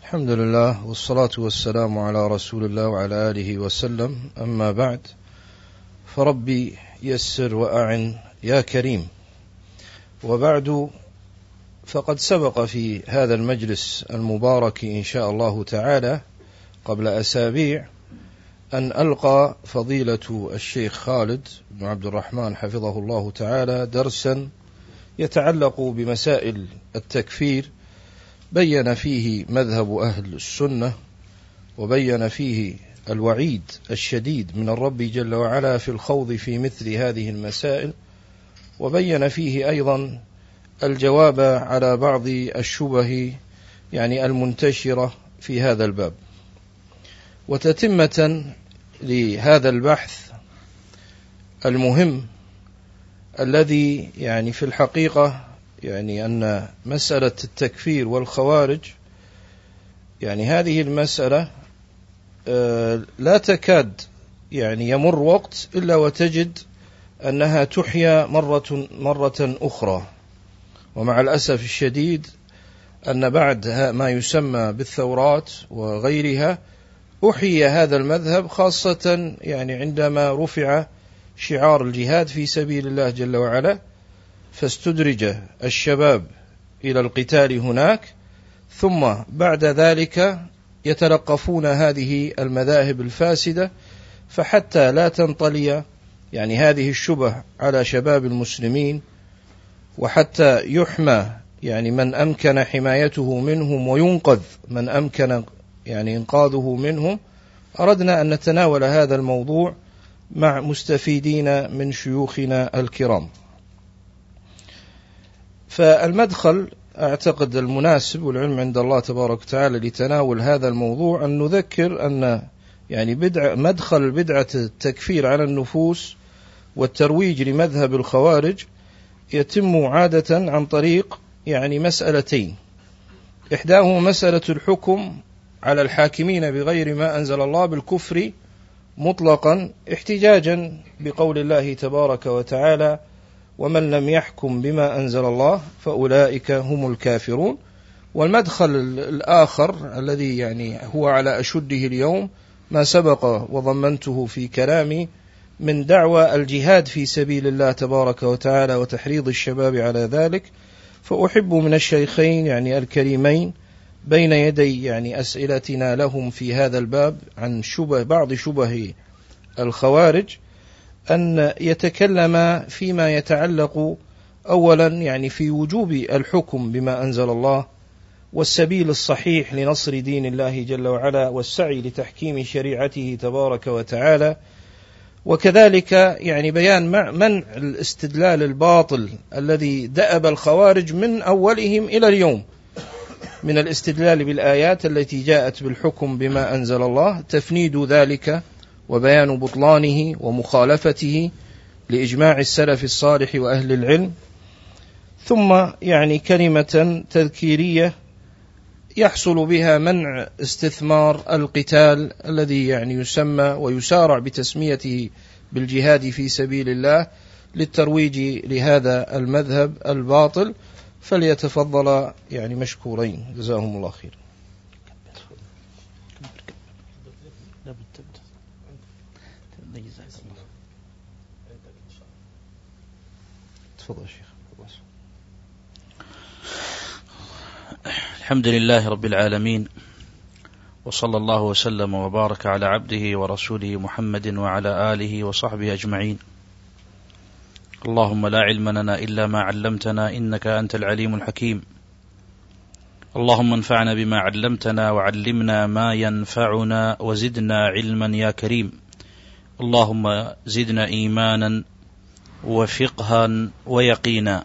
الحمد لله والصلاة والسلام على رسول الله وعلى آله وسلم. أما بعد، فربي يسر وأعن يا كريم. وبعد، فقد سبق في هذا المجلس المبارك إن شاء الله تعالى قبل أسابيع أن ألقى فضيلة الشيخ خالد بن عبد الرحمن حفظه الله تعالى درسا يتعلق بمسائل التكفير، بين فيه مذهب أهل السنة، وبين فيه الوعيد الشديد من الرب جل وعلا في الخوض في مثل هذه المسائل، وبين فيه أيضا الجواب على بعض الشبه المنتشرة في هذا الباب. وتتمة لهذا البحث المهم الذي في الحقيقة أن مسألة التكفير والخوارج هذه المسألة لا تكاد يمر وقت إلا وتجد أنها تحيا مرة أخرى. ومع الأسف الشديد أن بعد ما يسمى بالثورات وغيرها أحيي هذا المذهب، خاصة عندما رفع شعار الجهاد في سبيل الله جل وعلا، فاستدرج الشباب إلى القتال هناك، ثم بعد ذلك يتلقفون هذه المذاهب الفاسدة، فحتى لا تنطلي هذه الشبه على شباب المسلمين، وحتى يحمى من أمكن حمايته منهم، وينقذ من أمكن إنقاذه منهم، أردنا أن نتناول هذا الموضوع مع مستفيدين من شيوخنا الكرام. فالمدخل أعتقد المناسب والعلم عند الله تبارك وتعالى لتناول هذا الموضوع أن نذكر أن مدخل بدعة التكفير على النفوس والترويج لمذهب الخوارج يتم عادة عن طريق مسألتين. إحداهما مسألة الحكم على الحاكمين بغير ما أنزل الله بالكفر مطلقا، احتجاجا بقول الله تبارك وتعالى: ومن لم يحكم بما أنزل الله فأولئك هم الكافرون. والمدخل الآخر الذي هو على أشده اليوم ما سبق وضمنته في كلامي من دعوى الجهاد في سبيل الله تبارك وتعالى وتحريض الشباب على ذلك. فأحب من الشيخين الكريمين بين يدي أسئلتنا لهم في هذا الباب عن بعض شبه الخوارج أن يتكلم فيما يتعلق أولا في وجوب الحكم بما أنزل الله، والسبيل الصحيح لنصر دين الله جل وعلا، والسعي لتحكيم شريعته تبارك وتعالى، وكذلك بيان منع الاستدلال الباطل الذي دأب الخوارج من أولهم إلى اليوم، من الاستدلال بالآيات التي جاءت بالحكم بما أنزل الله، تفنيد ذلك وبيان بطلانه ومخالفته لإجماع السلف الصالح وأهل العلم. ثم كلمة تذكيرية يحصل بها منع استثمار القتال الذي يسمى ويسارع بتسميته بالجهاد في سبيل الله للترويج لهذا المذهب الباطل. فليتفضل مشكورين، جزاهم الله خير. تفضل شيخ. الحمد لله رب العالمين، وصلى الله وسلم وبارك على عبده ورسوله محمد وعلى آله وصحبه أجمعين. اللهم لا علم لنا إلا ما علمتنا إنك أنت العليم الحكيم. اللهم انفعنا بما علمتنا وعلمنا ما ينفعنا وزدنا علما يا كريم. اللهم زدنا إيمانا وفقها ويقينا.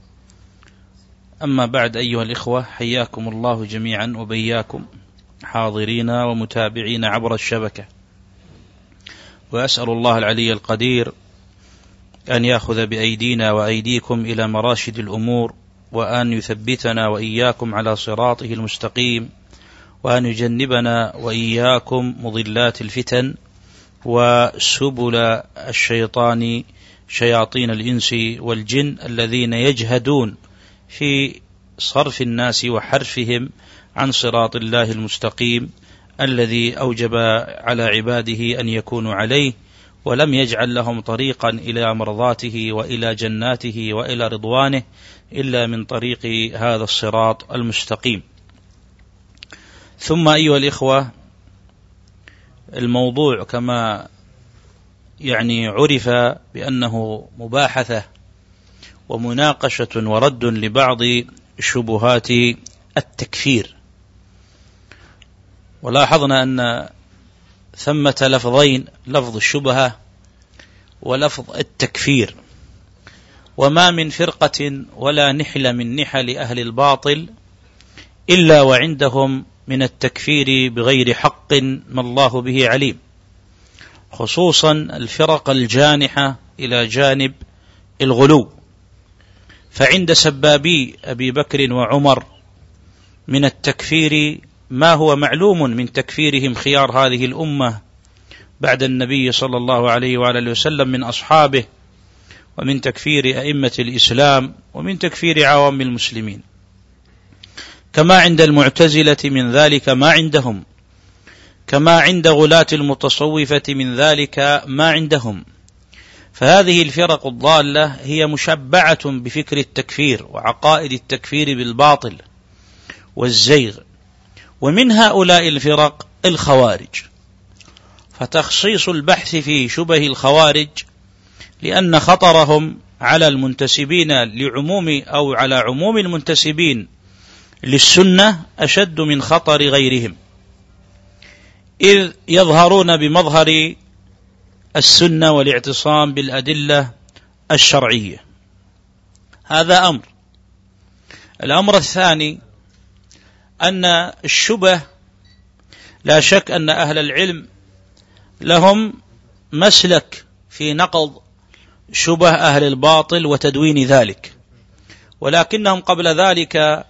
أما بعد، أيها الإخوة، حياكم الله جميعا وبياكم حاضرين ومتابعين عبر الشبكة، وأسأل الله العلي القدير أن يأخذ بأيدينا وأيديكم إلى مراشد الأمور، وأن يثبتنا وإياكم على صراطه المستقيم، وأن يجنبنا وإياكم مضلات الفتن وسبل الشيطان، شياطين الإنس والجن الذين يجهدون في صرف الناس وحرفهم عن صراط الله المستقيم الذي أوجب على عباده أن يكونوا عليه، ولم يجعل لهم طريقا إلى مرضاته وإلى جناته وإلى رضوانه إلا من طريق هذا الصراط المستقيم. ثم أيها الإخوة، الموضوع كما عرف بأنه مباحثة ومناقشة ورد لبعض شبهات التكفير. ولاحظنا أن ثمة لفظين، لفظ الشبهة ولفظ التكفير، وما من فرقة ولا نحل من نحل أهل الباطل إلا وعندهم من التكفير بغير حق ما الله به عليم، خصوصا الفرق الجانحة إلى جانب الغلو. فعند سبابي أبي بكر وعمر من التكفير ما هو معلوم من تكفيرهم خيار هذه الأمة بعد النبي صلى الله عليه وآله وسلم من أصحابه، ومن تكفير أئمة الإسلام، ومن تكفير عوام المسلمين، كما عند المعتزلة من ذلك ما عندهم، كما عند غلاة المتصوفة من ذلك ما عندهم. فهذه الفرق الضالة هي مشبعة بفكر التكفير وعقائد التكفير بالباطل والزيغ. ومن هؤلاء الفرق الخوارج. فتخصيص البحث في شبه الخوارج لأن خطرهم على المنتسبين لعموم أو على عموم المنتسبين للسنة أشد من خطر غيرهم، إذ يظهرون بمظهر السنة والاعتصام بالأدلة الشرعية. هذا أمر. الأمر الثاني أن الشبه لا شك أن أهل العلم لهم مسلك في نقض شبه أهل الباطل وتدوين ذلك، ولكنهم قبل ذلك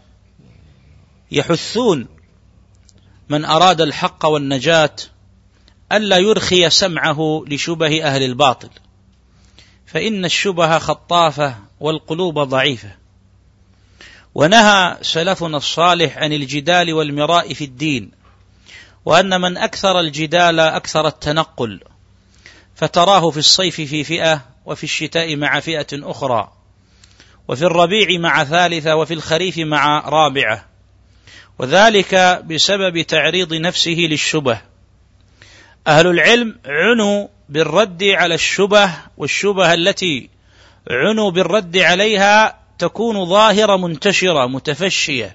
يحثون من أراد الحق والنجاة ألا يرخي سمعه لشبه أهل الباطل، فإن الشبه خطافة والقلوب ضعيفة. ونهى سلفنا الصالح عن الجدال والمراء في الدين، وأن من أكثر الجدال أكثر التنقل، فتراه في الصيف في فئة، وفي الشتاء مع فئة أخرى، وفي الربيع مع ثالثة، وفي الخريف مع رابعة، وذلك بسبب تعريض نفسه للشبه. أهل العلم عنوا بالرد على الشبه، والشبه التي عنوا بالرد عليها تكون ظاهرة منتشرة متفشية،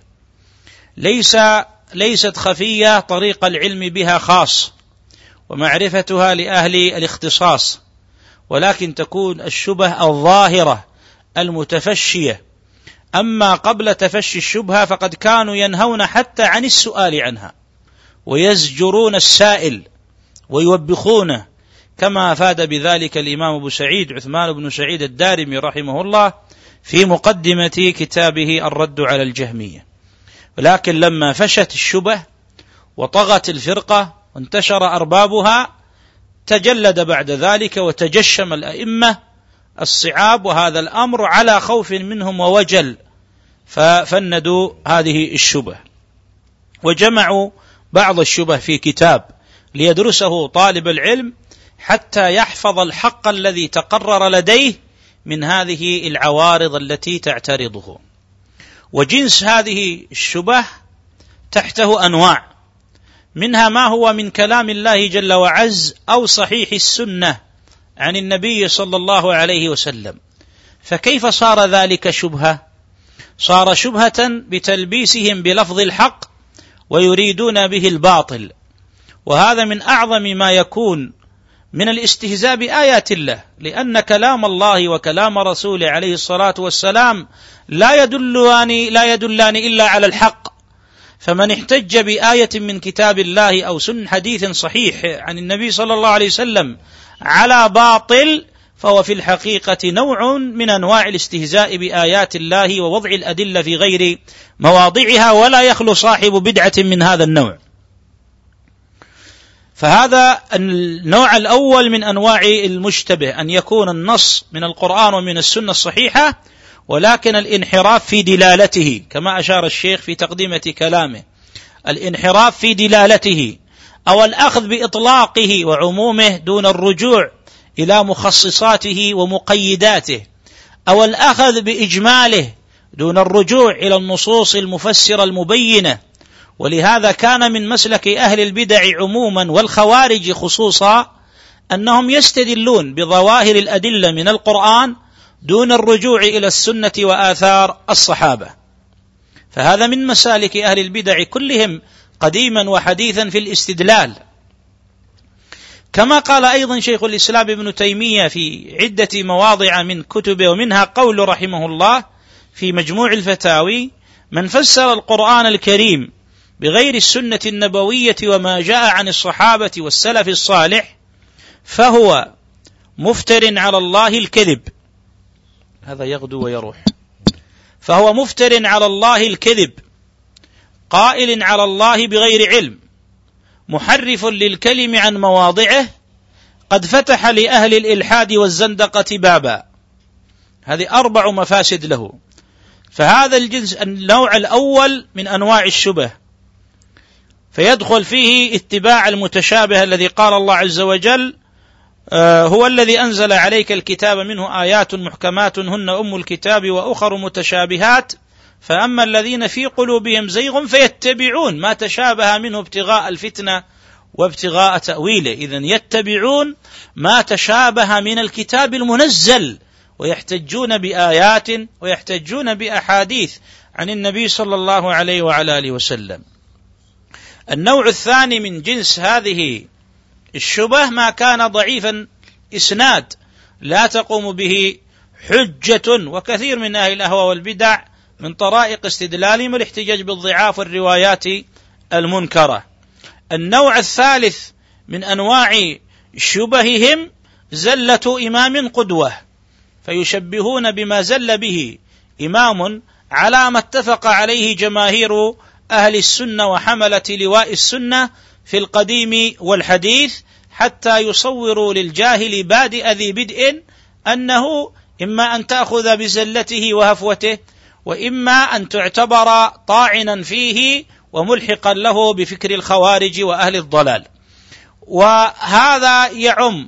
ليست خفية طريق العلم بها خاص ومعرفتها لأهل الاختصاص، ولكن تكون الشبه الظاهرة المتفشية. أما قبل تفشي الشبهة فقد كانوا ينهون حتى عن السؤال عنها، ويزجرون السائل ويوبخونه، كما أفاد بذلك الإمام أبو سعيد عثمان بن سعيد الدارمي رحمه الله في مقدمة كتابه الرد على الجهمية. ولكن لما فشت الشبه وطغت الفرقة وانتشر أربابها، تجلد بعد ذلك وتجشم الأئمة الصعاب، وهذا الأمر على خوف منهم ووجل، ففندوا هذه الشبه وجمعوا بعض الشبه في كتاب ليدرسه طالب العلم حتى يحفظ الحق الذي تقرر لديه من هذه العوارض التي تعترضه. وجنس هذه الشبه تحته أنواع، منها ما هو من كلام الله جل وعز أو صحيح السنة عن النبي صلى الله عليه وسلم. فكيف صار ذلك شبهة؟ صار شبهة بتلبيسهم بلفظ الحق ويريدون به الباطل، وهذا من أعظم ما يكون من الاستهزاء بآيات الله، لأن كلام الله وكلام رسوله عليه الصلاة والسلام لا يدلان إلا على الحق. فمن احتج بآية من كتاب الله أو سن حديث صحيح عن النبي صلى الله عليه وسلم على باطل، فهو في الحقيقة نوع من أنواع الاستهزاء بآيات الله ووضع الأدلة في غير مواضعها، ولا يخلو صاحب بدعة من هذا النوع. فهذا النوع الأول من أنواع المشتبه، أن يكون النص من القرآن ومن السنة الصحيحة، ولكن الانحراف في دلالته، كما أشار الشيخ في تقديمة كلامه، الانحراف في دلالته، أو الأخذ بإطلاقه وعمومه دون الرجوع إلى مخصصاته ومقيداته، أو الأخذ بإجماله دون الرجوع إلى النصوص المفسرة المبينة. ولهذا كان من مسلك أهل البدع عموما والخوارج خصوصا أنهم يستدلون بظواهر الأدلة من القرآن دون الرجوع إلى السنة وآثار الصحابة. فهذا من مسالك أهل البدع كلهم قديما وحديثا في الاستدلال. كما قال أيضا شيخ الإسلام ابن تيمية في عدة مواضع من كتبه، ومنها قول رحمه الله في مجموع الفتاوي: من فسر القرآن الكريم بغير السنة النبوية وما جاء عن الصحابة والسلف الصالح فهو مفتر على الله الكذب. هذا يغدو ويروح. فهو مفتر على الله الكذب، قائل على الله بغير علم، محرف للكلم عن مواضعه، قد فتح لأهل الإلحاد والزندقة بابا. هذه 4 مفاسد له. فهذا الجنس النوع الأول من أنواع الشبه، فيدخل فيه اتباع المتشابه الذي قال الله عز وجل: هو الذي أنزل عليك الكتاب منه آيات محكمات هن أم الكتاب وأخر متشابهات فأما الذين في قلوبهم زيغ فيتبعون ما تشابه منه ابتغاء الفتنة وابتغاء تأويله. إذن يتبعون ما تشابه من الكتاب المنزل، ويحتجون بآيات ويحتجون بأحاديث عن النبي صلى الله عليه وعلى آله وسلم. النوع الثاني من جنس هذه الشبه ما كان ضعيفا إسناد لا تقوم به حجة، وكثير من أهل الأهواء والبدع من طرائق استدلالهم الاحتجاج بالضعاف والروايات المنكرة. النوع الثالث من أنواع شبههم زلة إمام قدوة، فيشبهون بما زل به إمام على ما اتفق عليه جماهير أهل السنة وحملة لواء السنة في القديم والحديث، حتى يصوروا للجاهل بادئ ذي بدء أنه إما أن تأخذ بزلته وهفوته، وإما أن تعتبر طاعنا فيه وملحقا له بفكر الخوارج وأهل الضلال. وهذا يعم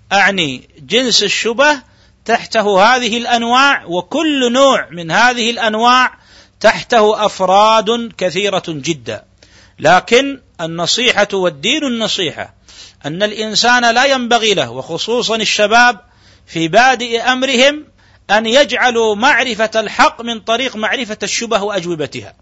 جنس الشبه تحته هذه الأنواع، وكل نوع من هذه الأنواع تحته أفراد كثيرة جدا. لكن النصيحة والدين النصيحة أن الإنسان لا ينبغي له، وخصوصا الشباب في بادئ أمرهم، أن يجعلوا معرفة الحق من طريق معرفة الشبه وأجوبتها.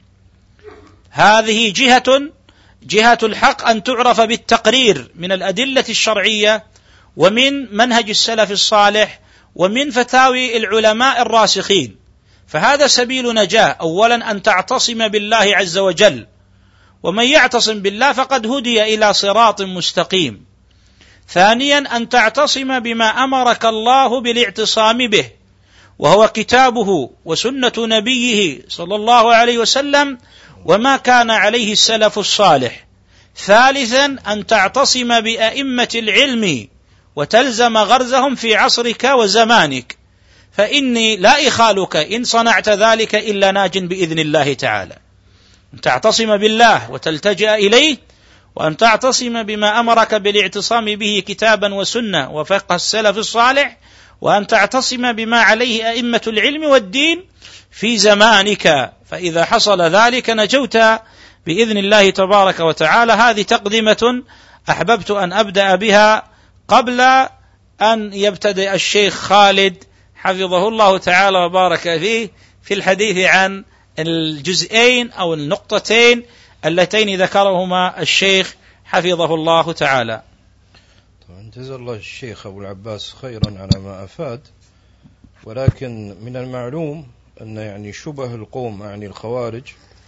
هذه جهة الحق أن تعرف بالتقرير من الأدلة الشرعية ومن منهج السلف الصالح ومن فتاوي العلماء الراسخين. فهذا سبيل نجاة. أولا أن تعتصم بالله عز وجل، ومن يعتصم بالله فقد هدي إلى صراط مستقيم. ثانيا أن تعتصم بما أمرك الله بالاعتصام به، وهو كتابه وسنة نبيه صلى الله عليه وسلم وما كان عليه السلف الصالح. ثالثا أن تعتصم بأئمة العلم وتلزم غرزهم في عصرك وزمانك، فإني لا إخالك إن صنعت ذلك إلا ناج بإذن الله تعالى. أن تعتصم بالله وتلتجأ إليه، وأن تعتصم بما أمرك بالاعتصام به كتابا وسنة وفقه السلف الصالح، وأن تعتصم بما عليه أئمة العلم والدين في زمانك. فإذا حصل ذلك نجوت بإذن الله تبارك وتعالى. هذه تقدمة أحببت أن أبدأ بها قبل أن يبتدئ الشيخ خالد حفظه الله تعالى وبارك فيه في الحديث عن الجزئين أو النقطتين اللتين ذكرهما الشيخ حفظه الله تعالى. جزا الله الشيخ أبو العباس خيرا على ما أفاد. ولكن من المعلوم أن شبه القوم الخوارج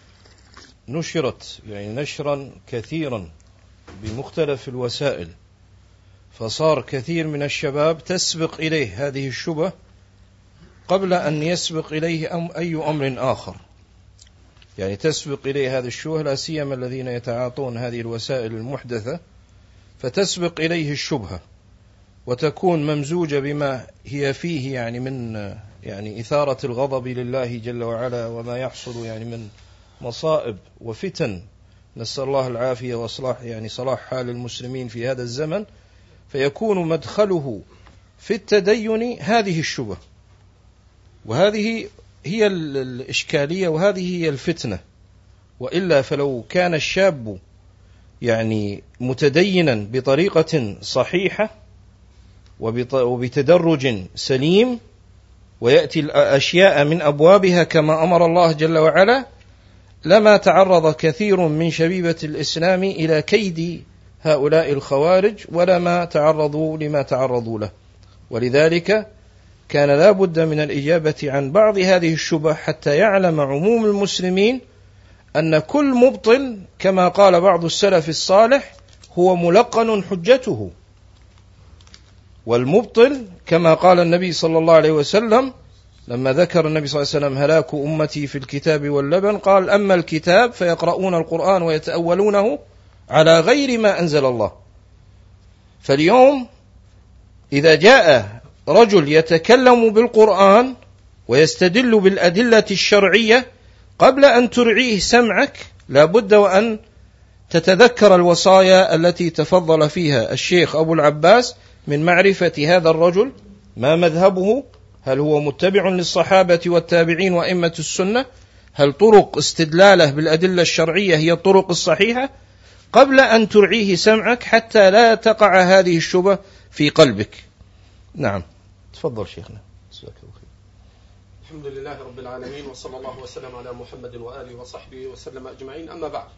نشرت نشرا كثيرا بمختلف الوسائل، فصار كثير من الشباب تسبق إليه هذه الشبه قبل أن يسبق إليه أي أمر آخر. تسبق إليه هذه الشبهة، لا سيما الذين يتعاطون هذه الوسائل المحدثة، فتسبق إليه الشبهة وتكون ممزوجة بما هي فيه من إثارة الغضب لله جل وعلا، وما يحصل من مصائب وفتن نسأل الله العافية وإصلاح صلاح حال المسلمين في هذا الزمن، فيكون مدخله في التدين هذه الشبه، وهذه هي الإشكالية وهذه هي الفتنة. وإلا فلو كان الشاب متدينا بطريقة صحيحة وبتدرج سليم، ويأتي الأشياء من أبوابها كما أمر الله جل وعلا، لما تعرض كثير من شبيبة الإسلام إلى كيد هؤلاء الخوارج، ولما تعرضوا لما تعرضوا له. ولذلك كان لا بد من الإجابة عن بعض هذه الشبه حتى يعلم عموم المسلمين أن كل مبطل كما قال بعض السلف الصالح هو ملقن حجته. والمبطل كما قال النبي صلى الله عليه وسلم لما ذكر النبي صلى الله عليه وسلم هلاك أمتي في الكتاب واللبن، قال: أما الكتاب فيقرؤون القرآن ويتأولونه على غير ما أنزل الله. فاليوم إذا جاء رجل يتكلم بالقرآن ويستدل بالأدلة الشرعية، قبل أن ترعيه سمعك لابد وأن تتذكر الوصايا التي تفضل فيها الشيخ أبو العباس من معرفة هذا الرجل، ما مذهبه، هل هو متبع للصحابة والتابعين وأئمة السنة، هل طرق استدلاله بالأدلة الشرعية هي الطرق الصحيحة، قبل أن ترعيه سمعك حتى لا تقع هذه الشبه في قلبك. نعم، تفضل شيخنا. الحمد لله رب العالمين، وصلى الله وسلم على محمد وآله وصحبه وسلم أجمعين. أما بعد،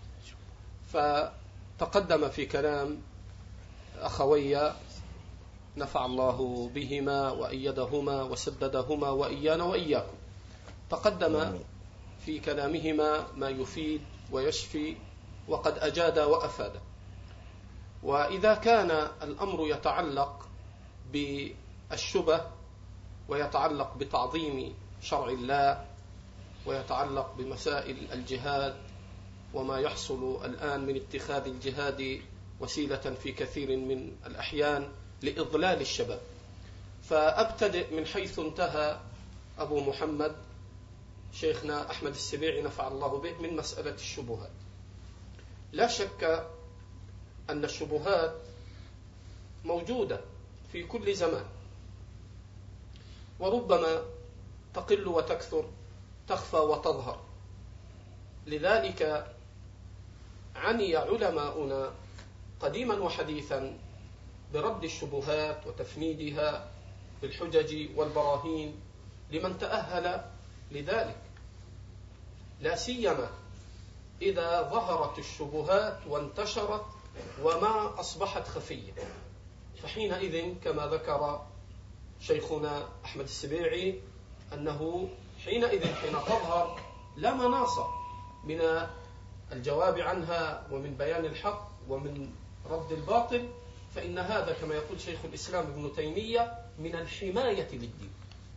فتقدم في كلام أخوي نفع الله بهما وأيدهما وسددهما وإيانا وإياكم، تقدم في كلامهما ما يفيد ويشفي، وقد أجاد وأفاد. وإذا كان الأمر يتعلق بالشبه ويتعلق بتعظيم شرع الله ويتعلق بمسائل الجهاد وما يحصل الآن من اتخاذ الجهاد وسيلة في كثير من الأحيان لإضلال الشباب، فأبتدئ من حيث انتهى أبو محمد شيخنا أحمد السبيعي نفع الله به من مسألة الشبهات. لا شك أن الشبهات موجودة في كل زمان، وربما تقل وتكثر، تخفى وتظهر. لذلك عني علماؤنا قديما وحديثا برد الشبهات وتفنيدها بالحجج والبراهين لمن تأهل لذلك، لا سيما إذا ظهرت الشبهات وانتشرت وما أصبحت خفية، فحينئذ كما ذكر شيخنا أحمد السبيعي أنه حين تظهر لا مناص من الجواب عنها ومن بيان الحق ومن رد الباطل، فإن هذا كما يقول شيخ الإسلام ابن تيمية من الحماية للدين.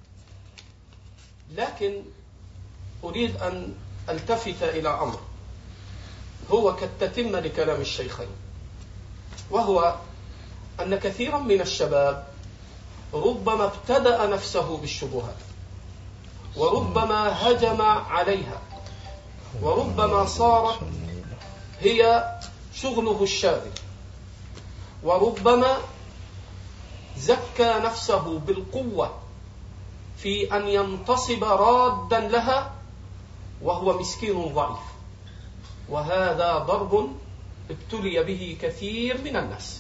لكن أريد أن ألتفت إلى أمر هو كالتتمة لكلام الشيخين، وهو أن كثيرا من الشباب ربما ابتدأ نفسه بالشبهات، وربما هجم عليها، وربما صارت هي شغله الشاغل، وربما زكى نفسه بالقوة في أن ينتصب رادا لها وهو مسكين ضعيف. وهذا ضرب ابتلي به كثير من الناس.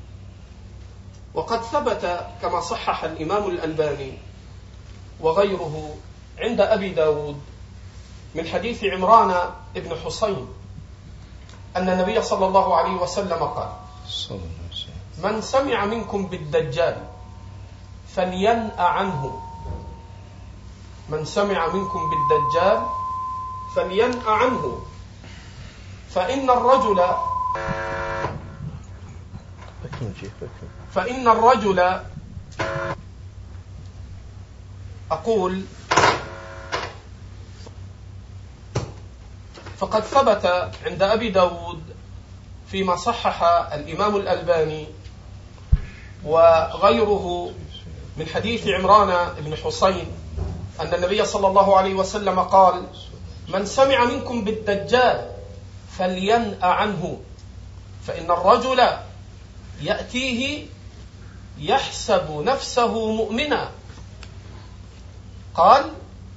وقد ثبت كما صحح الإمام الألباني وغيره عند أبي داود من حديث عمران بن حسين أن النبي صلى الله عليه وسلم قال: من سمع منكم بالدجال فلينأ عنه. من سمع منكم بالدجال فلينأ عنه، فإن الرجل أقول فقد ثبت عند أبي داود فيما صحح الإمام الألباني وغيره من حديث عمران بن حسين أن النبي صلى الله عليه وسلم قال: من سمع منكم بالدجال فلينأ عنه، فإن الرجل يأتيه يحسب نفسه مؤمنا، قال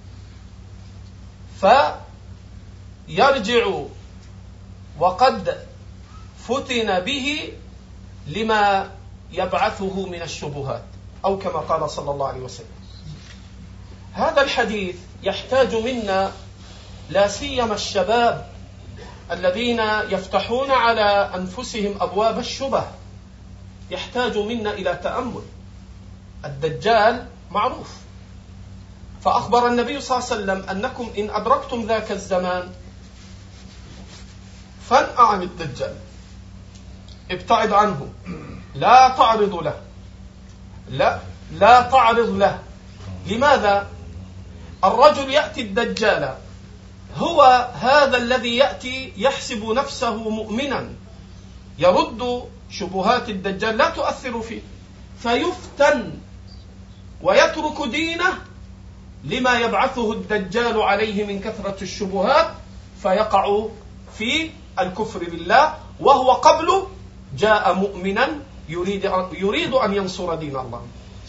فيرجع وقد فتن به لما يبعثه من الشبهات، أو كما قال صلى الله عليه وسلم. هذا الحديث يحتاج منا لا سيما الشباب الذين يفتحون على أنفسهم أبواب الشبه، يحتاج منا إلى تأمل. الدجال معروف، فأخبر النبي صلى الله عليه وسلم أنكم إن أدركتم ذاك الزمان فانأ عن الدجال، ابتعد عنه، لا تعرض له، لا تعرض له. لماذا؟ الرجل يأتي الدجال هو هذا الذي يأتي يحسب نفسه مؤمنا، يرد شبهات الدجال لا تؤثر فيه، فيفتن ويترك دينه لما يبعثه الدجال عليه من كثرة الشبهات، فيقع في الكفر بالله، وهو قبل جاء مؤمنا يريد أن ينصر دين الله.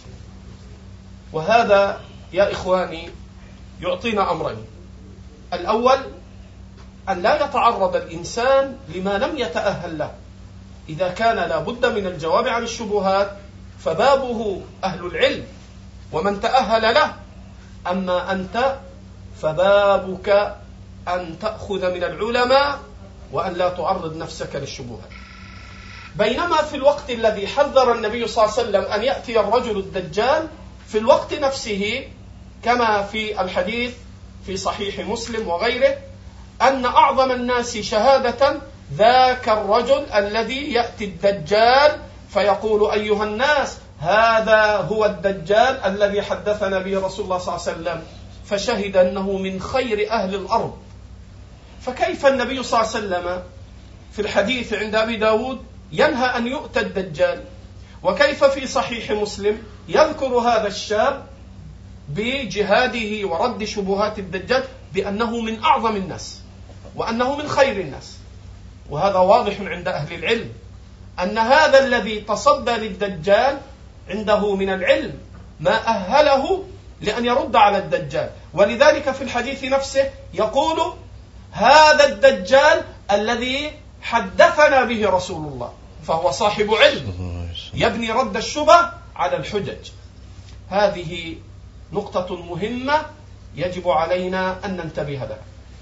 وهذا يا إخواني يعطينا أمرين: الأول أن لا يتعرض الإنسان لما لم يتأهل له. إذا كان لا بد من الجواب عن الشبهات فبابه أهل العلم ومن تأهل له، أما أنت فبابك أن تأخذ من العلماء وأن لا تعرض نفسك للشبهات. بينما في الوقت الذي حذر النبي صلى الله عليه وسلم أن يأتي الرجل الدجال، في الوقت نفسه كما في الحديث في صحيح مسلم وغيره أن أعظم الناس شهادة ذاك الرجل الذي يأتي الدجال فيقول: أيها الناس، هذا هو الدجال الذي حدثنا به رسول الله صلى الله عليه وسلم، فشهد أنه من خير أهل الأرض. فكيف النبي صلى الله عليه وسلم في الحديث عند أبي داود ينهى أن يؤتى الدجال، وكيف في صحيح مسلم يذكر هذا الشاب بجهاده ورد شبهات الدجال بأنه من أعظم الناس وأنه من خير الناس؟ وهذا واضح عند أهل العلم أن هذا الذي تصدى للدجال عنده من العلم ما أهله لأن يرد على الدجال. ولذلك في الحديث نفسه يقول: هذا الدجال الذي حدثنا به رسول الله، فهو صاحب علم يبني رد الشبه على الحجج. هذه نقطة مهمة يجب علينا أن ننتبه لها.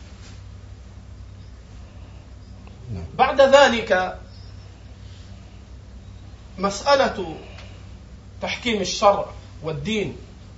بعد ذلك مسألة تحكيم الشرع والدين،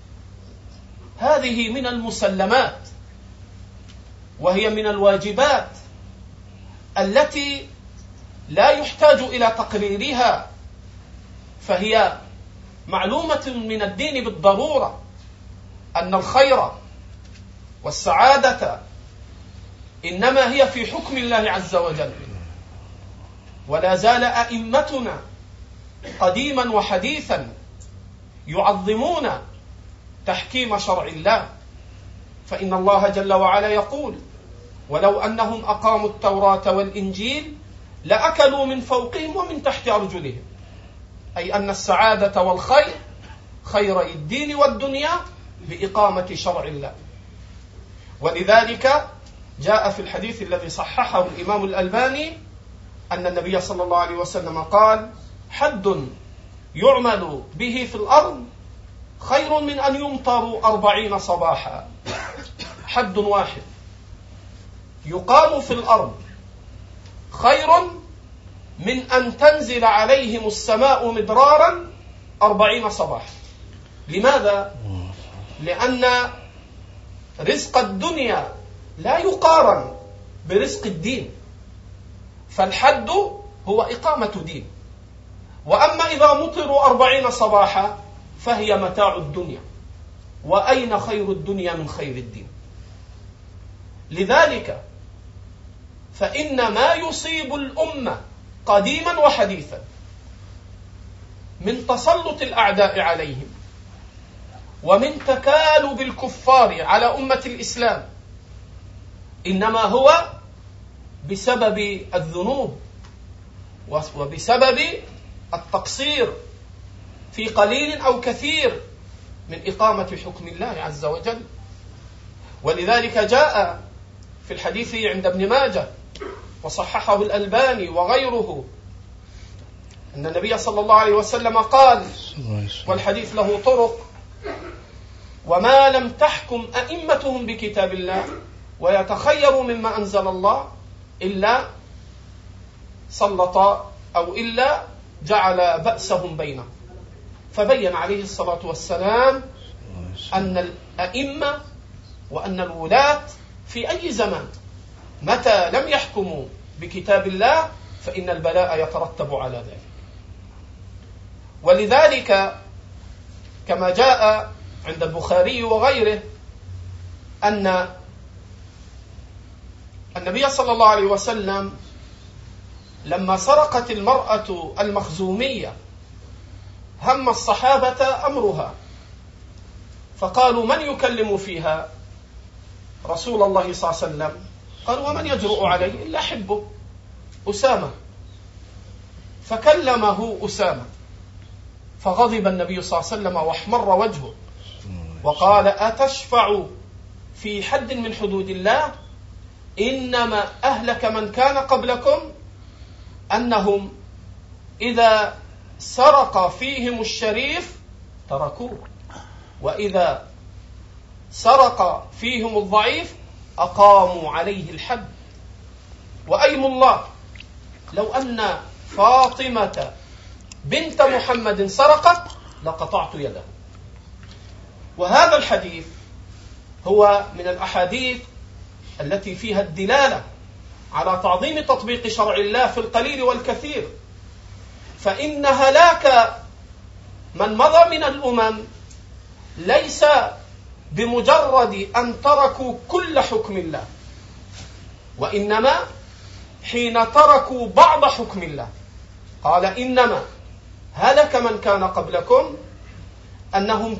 هذه من المسلمات وهي من الواجبات التي لا يحتاج إلى تقريرها، فهي معلومة من الدين بالضرورة أن الخير والسعادة إنما هي في حكم الله عز وجل. ولا زال أئمتنا قديما وحديثا يعظمون تحكيم شرع الله، فإن الله جل وعلا يقول: ولو أنهم أقاموا التوراة والإنجيل لأكلوا من فوقهم ومن تحت أرجلهم، أي أن السعادة والخير خيري الدين والدنيا بإقامة شرع الله. ولذلك جاء في الحديث الذي صححه الإمام الألباني أن النبي صلى الله عليه وسلم قال: حد يعمل به في الأرض خير من أن يمطروا 40 صباحا. حد واحد يقام في الأرض خير من أن تنزل عليهم السماء مدرارا 40 صباحا. لماذا؟ لأن رزق الدنيا لا يقارن برزق الدين، فالحد هو إقامة دين. وأما إذا مطروا 40 صباحا فهي متاع الدنيا، وأين خير الدنيا من خير الدين؟ لذلك فإن ما يصيب الأمة قديما وحديثا من تسلط الأعداء عليهم ومن تكالب الكفار على أمة الإسلام إنما هو بسبب الذنوب وبسبب التقصير في قليل أو كثير من إقامة حكم الله عز وجل. ولذلك جاء في الحديث عند ابن ماجه وصححه الألباني وغيره أن النبي صلى الله عليه وسلم قال، والحديث له طرق: وما لم تحكم أئمتهم بكتاب الله ويتخيروا مما أنزل الله إلا سلط أو إلا جعل بأسهم بينهم. فبين عليه الصلاة والسلام أن الأئمة وأن الولاة في أي زمان متى لم يحكموا بكتاب الله فإن البلاء يترتب على ذلك. ولذلك كما جاء عند البخاري وغيره أن النبي صلى الله عليه وسلم لما سرقت المرأة المخزومية هم الصحابة أمرها، فقالوا: من يكلم فيها رسول الله صلى الله عليه وسلم؟ قالوا: ومن يجرؤ عليه إلا حبه أسامة. فكلمه أسامة، فغضب النبي صلى الله عليه وسلم واحمر وجهه وقال: أتشفع في حد من حدود الله؟ إنما أهلك من كان قبلكم أنهم إذا سرق فيهم الشريف تركوه، وإذا سرق فيهم الضعيف أقاموا عليه الحد. وأيم الله لو أن فاطمة بنت محمد سرقت لقطعت يده. وهذا الحديث هو من الأحاديث التي فيها الدلالة على تعظيم تطبيق شرع الله في القليل والكثير، فإن هلاك من مضى من الأمم ليس بمجرد أن تركوا كل حكم الله، وإنما حين تركوا بعض حكم الله. قال: إنما هلك من كان قبلكم أنهم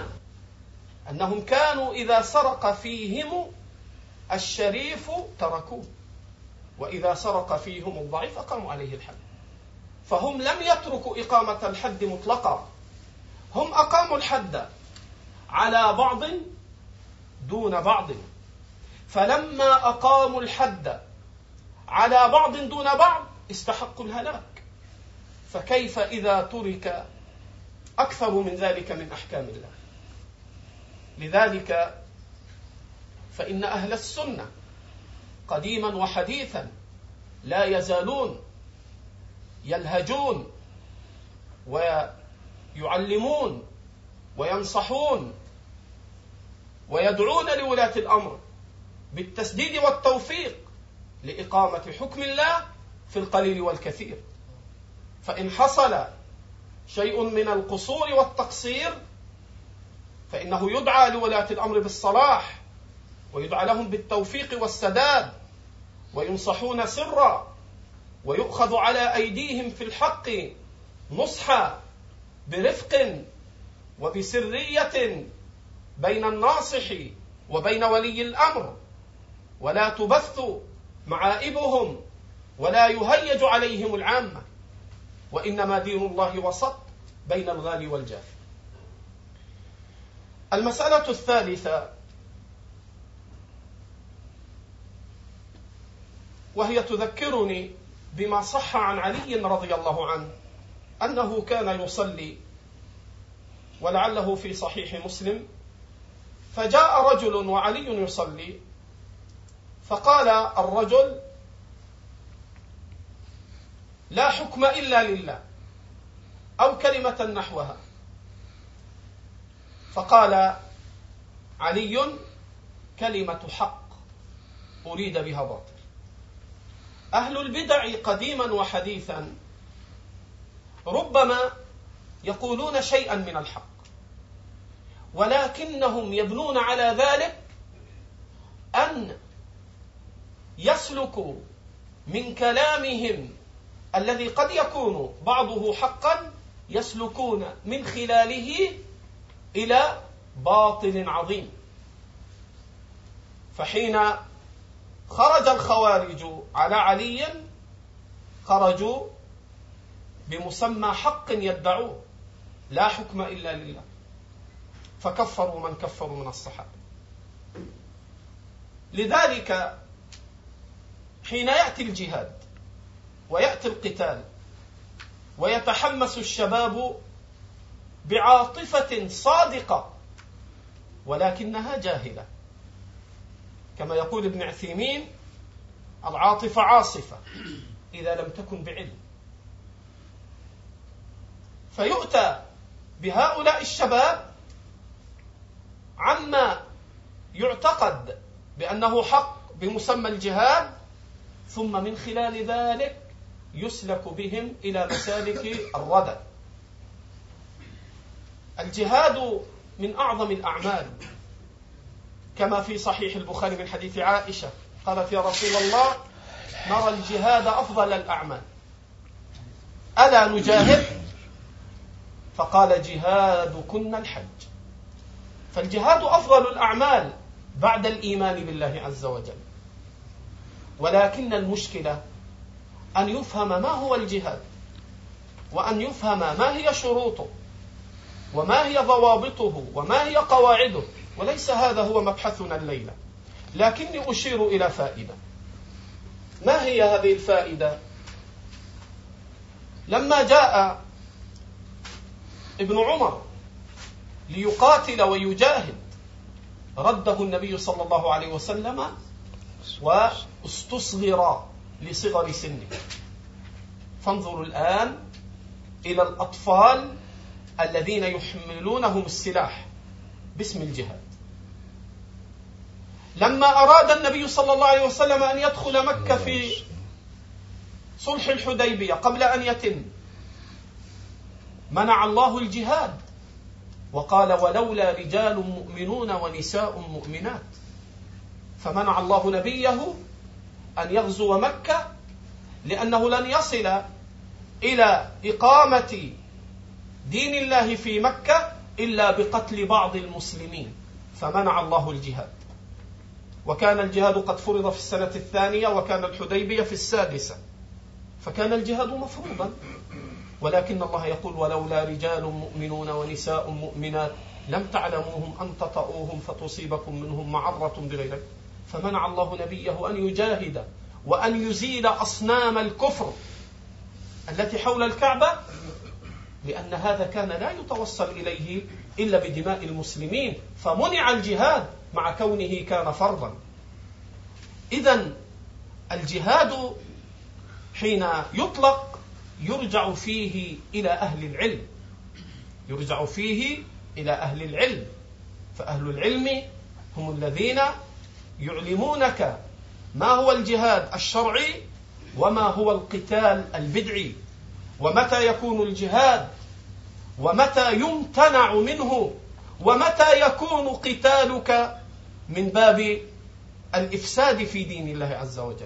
كانوا إذا سرق فيهم الشريف تركوه، وإذا سرق فيهم الضعيف أقاموا عليه الحد. فهم لم يتركوا إقامة الحد مطلقا، هم أقاموا الحد على بعض دون بعض. فلما أقاموا الحد على بعض دون بعض استحقوا الهلاك، فكيف إذا ترك أكثر من ذلك من أحكام الله؟ لذلك فإن أهل السنة قديما وحديثا لا يزالون يلهجون ويعلمون وينصحون ويدعون لولاة الأمر بالتسديد والتوفيق لإقامة حكم الله في القليل والكثير. فإن حصل شيء من القصور والتقصير فإنه يدعى لولاة الأمر بالصلاح، ويدعى لهم بالتوفيق والسداد، وينصحون سرا، ويؤخذ على أيديهم في الحق نصحا برفق وبسرية بين الناصح وبين ولي الأمر، ولا تبث معائبهم ولا يهيج عليهم العامة، وإنما دين الله وسط بين الغالي والجاف. المسألة الثالثة وهي تذكرني بما صح عن علي رضي الله عنه أنه كان يصلي، ولعله في صحيح مسلم، فجاء رجل وعلي يصلي، فقال الرجل: لا حكم إلا لله، أو كلمة نحوها. فقال علي: كلمة حق أريد بها باطل. أهل البدع قديما وحديثا ربما يقولون شيئا من الحق، ولكنهم يبنون على ذلك أن يسلكوا من كلامهم الذي قد يكون بعضه حقا، يسلكون من خلاله إلى باطل عظيم. فحين خرج الخوارج على علي خرجوا بمسمى حق يدعوه، لا حكم إلا لله، فكفروا من كفروا من الصحابة. لذلك حين يأتي الجهاد ويأتي القتال ويتحمس الشباب بعاطفة صادقة ولكنها جاهلة، كما يقول ابن عثيمين: العاطفة عاصفة إذا لم تكن بعلم. فيؤتى بهؤلاء الشباب عما يعتقد بأنه حق بمسمى الجهاد، ثم من خلال ذلك يسلك بهم إلى مسالك الردى. الجهاد من أعظم الأعمال، كما في صحيح البخاري من حديث عائشة قالت: يا رسول الله، نرى الجهاد أفضل الأعمال، ألا نجاهد؟ فقال: جهادكن الحج. فالجهاد أفضل الأعمال بعد الإيمان بالله عز وجل. ولكن المشكلة أن يفهم ما هو الجهاد، وأن يفهم ما هي شروطه، وما هي ضوابطه، وما هي قواعده. وليس هذا هو مبحثنا الليلة، لكني أشير إلى فائدة. ما هي هذه الفائدة؟ لما جاء ابن عمر ليقاتل ويجاهد رده النبي صلى الله عليه وسلم واستصغر لصغر سنه. فانظروا الآن إلى الأطفال الذين يحملونهم السلاح باسم الجهاد. لما أراد النبي صلى الله عليه وسلم أن يدخل مكة في صلح الحديبية قبل أن يتم، منع الله الجهاد وقال: ولولا رجال مؤمنون ونساء مؤمنات. فمنع الله نبيه أن يغزو مكة لأنه لن يصل إلى إقامة دين الله في مكة إلا بقتل بعض المسلمين، فمنع الله الجهاد. وكان الجهاد قد فرض في السنة 2، وكان الحديبية في 6، فكان الجهاد مفروضا. ولكن الله يقول: ولولا رجال مؤمنون ونساء مؤمنات لم تعلموهم أن تطؤوهم فتصيبكم منهم معرة بغير. فمنع الله نبيه أن يجاهد وأن يزيل أصنام الكفر التي حول الكعبة، لأن هذا كان لا يتوصل إليه إلا بدماء المسلمين، فمنع الجهاد مع كونه كان فرضا. إذن الجهاد حين يطلق يرجع فيه إلى أهل العلم، يرجع فيه إلى أهل العلم. فأهل العلم هم الذين يعلمونك ما هو الجهاد الشرعي وما هو القتال البدعي، ومتى يكون الجهاد، ومتى يمتنع منه، ومتى يكون قتالك من باب الإفساد في دين الله عز وجل.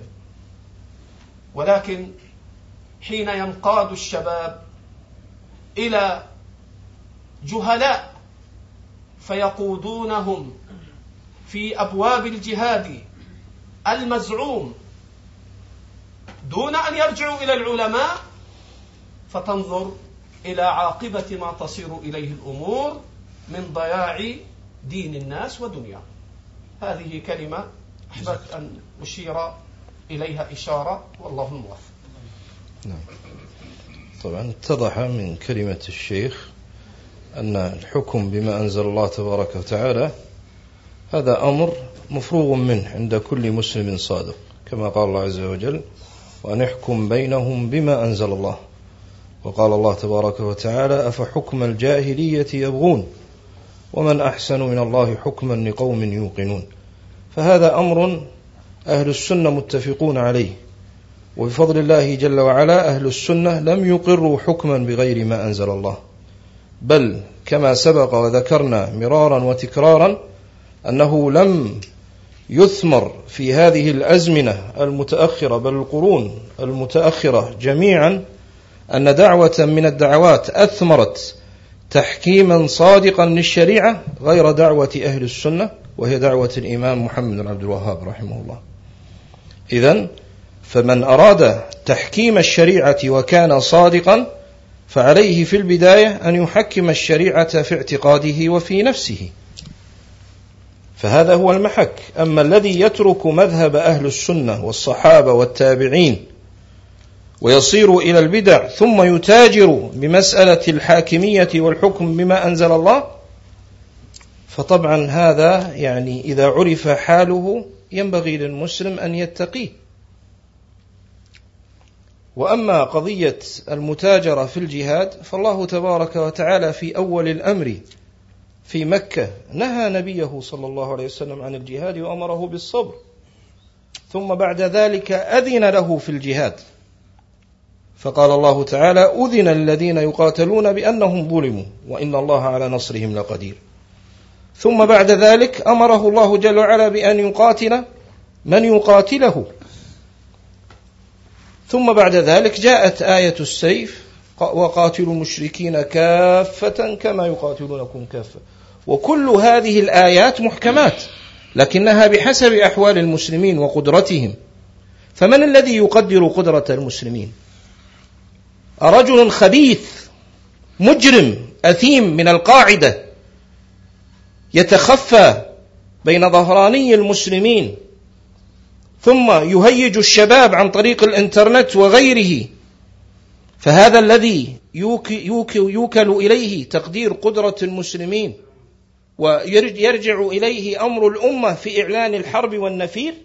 ولكن حين ينقاد الشباب إلى جهلاء فيقودونهم في أبواب الجهاد المزعوم دون أن يرجعوا إلى العلماء، فتنظر إلى عاقبة ما تصير إليه الأمور من ضياع دين الناس ودنيا. هذه كلمة أحببت أن أشير إليها إشارة، والله الموفق. نعم. طبعا اتضح من كلمة الشيخ أن الحكم بما أنزل الله تبارك وتعالى هذا أمر مفروغ منه عند كل مسلم صادق، كما قال الله عز وجل: وأن يحكم بينهم بما أنزل الله. وقال الله تبارك وتعالى: أفحكم الجاهلية يبغون ومن أحسن من الله حكما لقوم يوقنون. فهذا أمر أهل السنة متفقون عليه، وبفضل الله جل وعلا أهل السنة لم يقروا حكما بغير ما أنزل الله، بل كما سبق وذكرنا مرارا وتكرارا أنه لم يثمر في هذه الأزمنة المتأخرة بل القرون المتأخرة جميعا أن دعوة من الدعوات أثمرت تحكيما صادقا للشريعة غير دعوة أهل السنة، وهي دعوة الإمام محمد بن عبد الوهاب رحمه الله. إذن فمن أراد تحكيم الشريعة وكان صادقا فعليه في البداية أن يحكم الشريعة في اعتقاده وفي نفسه، فهذا هو المحك. أما الذي يترك مذهب أهل السنة والصحابة والتابعين ويصير إلى البدع ثم يتاجر بمسألة الحاكمية والحكم بما أنزل الله، فطبعا هذا يعني إذا عرف حاله ينبغي للمسلم أن يتقيه. وأما قضية المتاجرة في الجهاد فالله تبارك وتعالى في أول الأمر في مكة نهى نبيه صلى الله عليه وسلم عن الجهاد وأمره بالصبر، ثم بعد ذلك أذن له في الجهاد، فقال الله تعالى: أذن الذين يقاتلون بأنهم ظلموا وإن الله على نصرهم لقدير. ثم بعد ذلك أمره الله جل وعلا بأن يقاتل من يقاتله. ثم بعد ذلك جاءت آية السيف: وقاتلوا المشركين كافة كما يقاتلونكم كافة. وكل هذه الآيات محكمات، لكنها بحسب أحوال المسلمين وقدرتهم. فمن الذي يقدر قدرة المسلمين؟ رجل خبيث مجرم أثيم من القاعدة يتخفى بين ظهراني المسلمين، ثم يهيج الشباب عن طريق الإنترنت وغيره، فهذا الذي يوكل إليه تقدير قدرة المسلمين ويرجع إليه أمر الأمة في إعلان الحرب والنفير.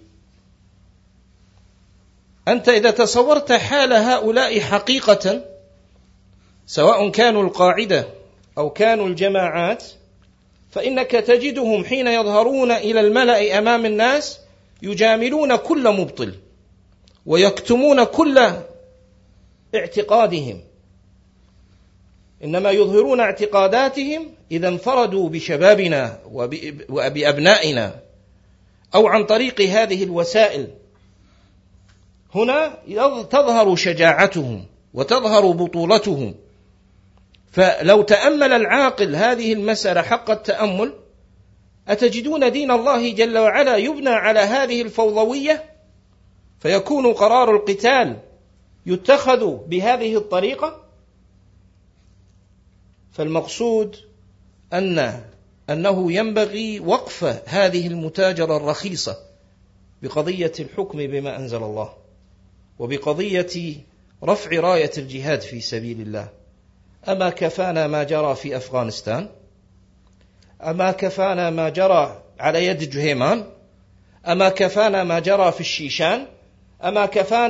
أنت إذا تصورت حال هؤلاء حقيقة، سواء كانوا القاعدة أو كانوا الجماعات، فإنك تجدهم حين يظهرون إلى الملأ أمام الناس يجاملون كل مبطل ويكتمون كل اعتقادهم، إنما يظهرون اعتقاداتهم إذا انفردوا بشبابنا وبأبنائنا أو عن طريق هذه الوسائل. هنا تظهر شجاعتهم وتظهر بطولتهم. فلو تأمل العاقل هذه المسألة حق التأمل، أتجدون دين الله جل وعلا يبنى على هذه الفوضوية، فيكون قرار القتال يتخذ بهذه الطريقة. فالمقصود أنه ينبغي وقف هذه المتاجرة الرخيصة بقضية الحكم بما أنزل الله، وبقضية رفع راية الجهاد في سبيل الله. أما كفانا ما جرى في أفغانستان؟ أما كفانا ما جرى على يد جهيمان؟ أما كفانا ما جرى في الشيشان؟ أما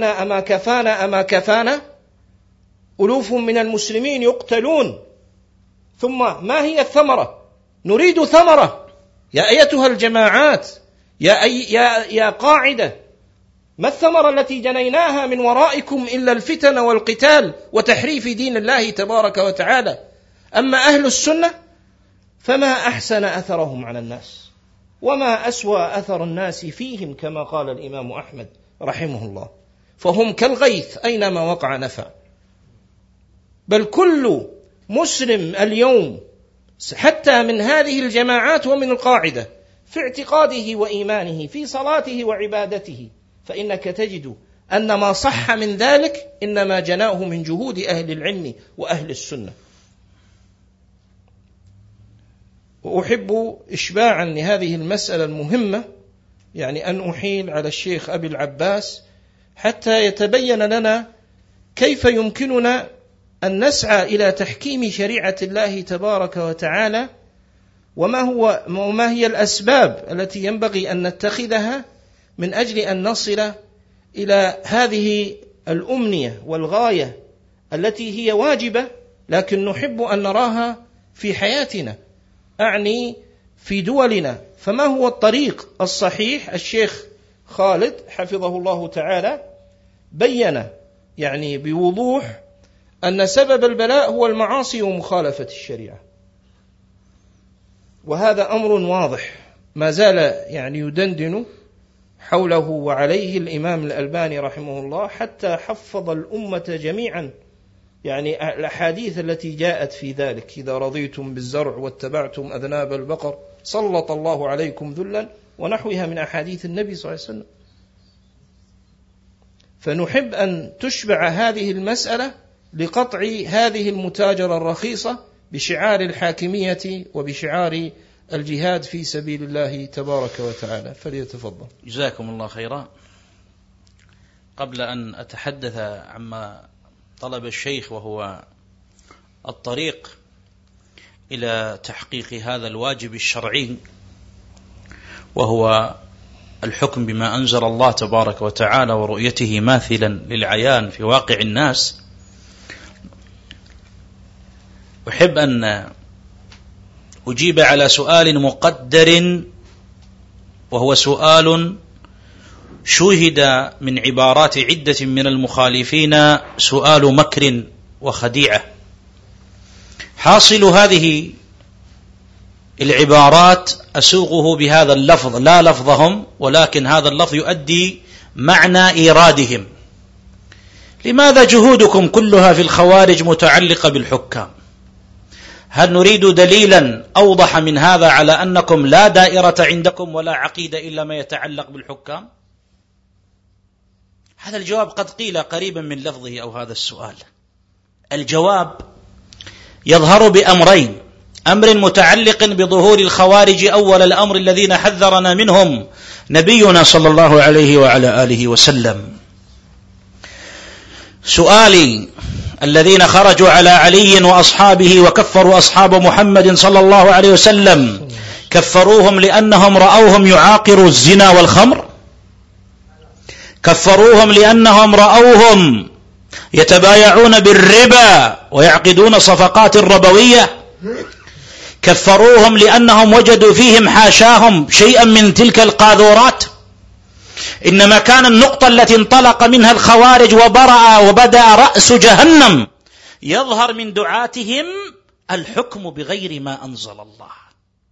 كفانا ألوف من المسلمين يقتلون. ثم ما هي الثمرة؟ نريد ثمرة يا أيتها الجماعات، يا قاعدة. ما الثمرة التي جنيناها من ورائكم إلا الفتن والقتال وتحريف دين الله تبارك وتعالى. أما أهل السنة فما أحسن أثرهم على الناس، وما أسوأ أثر الناس فيهم، كما قال الإمام أحمد رحمه الله: فهم كالغيث أينما وقع نفع. بل كل مسلم اليوم حتى من هذه الجماعات ومن القاعدة في اعتقاده وإيمانه في صلاته وعبادته، فإنك تجد أن ما صح من ذلك إنما جناه من جهود أهل العلم وأهل السنة. وأحب إشباعا لهذه المسألة المهمة يعني أن أحيل على الشيخ أبي العباس حتى يتبين لنا كيف يمكننا أن نسعى إلى تحكيم شريعة الله تبارك وتعالى، وما هي الأسباب التي ينبغي أن نتخذها من أجل أن نصل إلى هذه الأمنية والغاية التي هي واجبة، لكن نحب أن نراها في حياتنا، أعني في دولنا. فما هو الطريق الصحيح؟ الشيخ خالد حفظه الله تعالى بين يعني بوضوح أن سبب البلاء هو المعاصي ومخالفة الشريعة، وهذا أمر واضح ما زال يعني يدندن حوله وعليه الإمام الألباني رحمه الله، حتى حفظ الأمة جميعا يعني الأحاديث التي جاءت في ذلك: إذا رضيتم بالزرع واتبعتم أذناب البقر سلط الله عليكم ذلا، ونحوها من أحاديث النبي صلى الله عليه وسلم. فنحب أن تشبع هذه المسألة لقطع هذه المتاجرة الرخيصة بشعار الحاكمية وبشعار الجهاد في سبيل الله تبارك وتعالى. فليتفضل. جزاكم الله خيرا. قبل أن أتحدث عما طلب الشيخ وهو الطريق إلى تحقيق هذا الواجب الشرعي وهو الحكم بما أنزل الله تبارك وتعالى ورؤيته ماثلا للعيان في واقع الناس، أحب أن أجيب على سؤال مقدر، وهو سؤال شوهد من عبارات عدة من المخالفين سؤال مكر وخديعة. حاصل هذه العبارات أسوقه بهذا اللفظ، لا لفظهم، ولكن هذا اللفظ يؤدي معنى إيرادهم. لماذا جهودكم كلها في الخوارج متعلقة بالحكام؟ هل نريد دليلا أوضح من هذا على أنكم لا دائرة عندكم ولا عقيدة إلا ما يتعلق بالحكام؟ هذا الجواب قد قيل قريبا من لفظه أو هذا السؤال. الجواب يظهر بأمرين: أمر متعلق بظهور الخوارج أول الأمر الذين حذرنا منهم نبينا صلى الله عليه وعلى آله وسلم. سؤالي: الذين خرجوا على علي وأصحابه وكفروا أصحاب محمد صلى الله عليه وسلم، كفروهم لأنهم رأوهم يعاقروا الزنا والخمر؟ كفروهم لأنهم رأوهم يتبايعون بالربا ويعقدون صفقات ربوية؟ كفروهم لأنهم وجدوا فيهم حاشاهم شيئا من تلك القاذورات؟ إنما كان النقطة التي انطلق منها الخوارج وبرأ وبدأ رأس جهنم يظهر من دعاتهم الحكم بغير ما أنزل الله.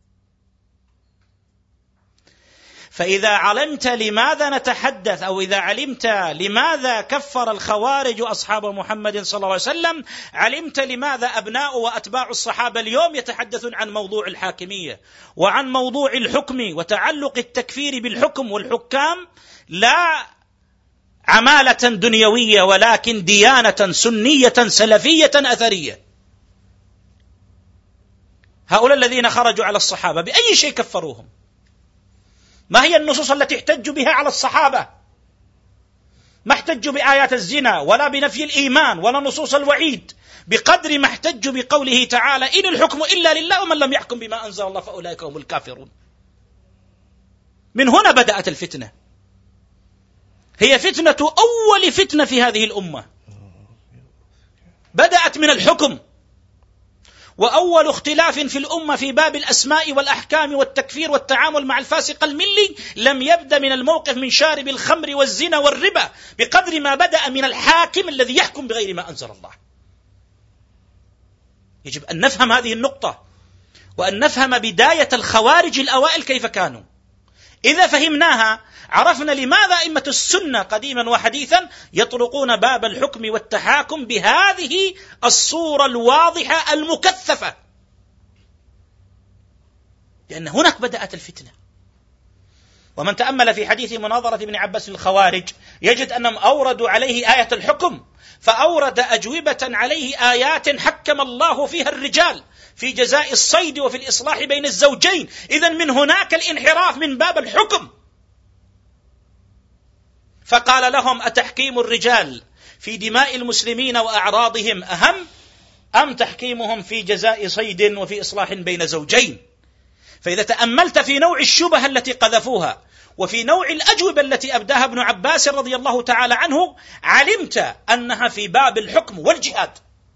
فإذا علمت لماذا نتحدث، أو إذا علمت لماذا كفر الخوارج أصحاب محمد صلى الله عليه وسلم، علمت لماذا أبناء وأتباع الصحابة اليوم يتحدثون عن موضوع الحاكمية وعن موضوع الحكم وتعلق التكفير بالحكم والحكام، لا عمالة دنيوية ولكن ديانة سنية سلفية أثرية. هؤلاء الذين خرجوا على الصحابة بأي شيء كفروهم؟ ما هي النصوص التي احتجوا بها على الصحابة؟ ما احتجوا بآيات الزنا ولا بنفي الإيمان ولا نصوص الوعيد، بقدر ما احتجوا بقوله تعالى: إن الحكم إلا لله ومن لم يحكم بما أنزل الله فأولئك هم الكافرون. من هنا بدأت الفتنة، هي فتنة أول فتنة في هذه الأمة، بدأت من الحكم. وأول اختلاف في الأمة في باب الأسماء والأحكام والتكفير والتعامل مع الفاسق الملي لم يبدأ من الموقف من شارب الخمر والزنا والربا، بقدر ما بدأ من الحاكم الذي يحكم بغير ما أنزل الله. يجب أن نفهم هذه النقطة، وأن نفهم بداية الخوارج الأوائل كيف كانوا. إذا فهمناها عرفنا لماذا أئمة السنة قديما وحديثا يطرقون باب الحكم والتحاكم بهذه الصورة الواضحة المكثفة، لأن هناك بدأت الفتنة. ومن تأمل في حديث مناظرة ابن عباس للخوارج يجد أنهم أوردوا عليه آية الحكم، فأورد أجوبة عليه آيات حكم الله فيها الرجال في جزاء الصيد وفي الإصلاح بين الزوجين. إذن من هناك الانحراف من باب الحكم. فقال لهم: أتحكيم الرجال في دماء المسلمين وأعراضهم أهم أم تحكيمهم في جزاء صيد وفي إصلاح بين زوجين؟ فإذا تأملت في نوع الشبهة التي قذفوها وفي نوع الأجوبة التي أبداها ابن عباس رضي الله تعالى عنه، علمت أنها في باب الحكم والجهاد.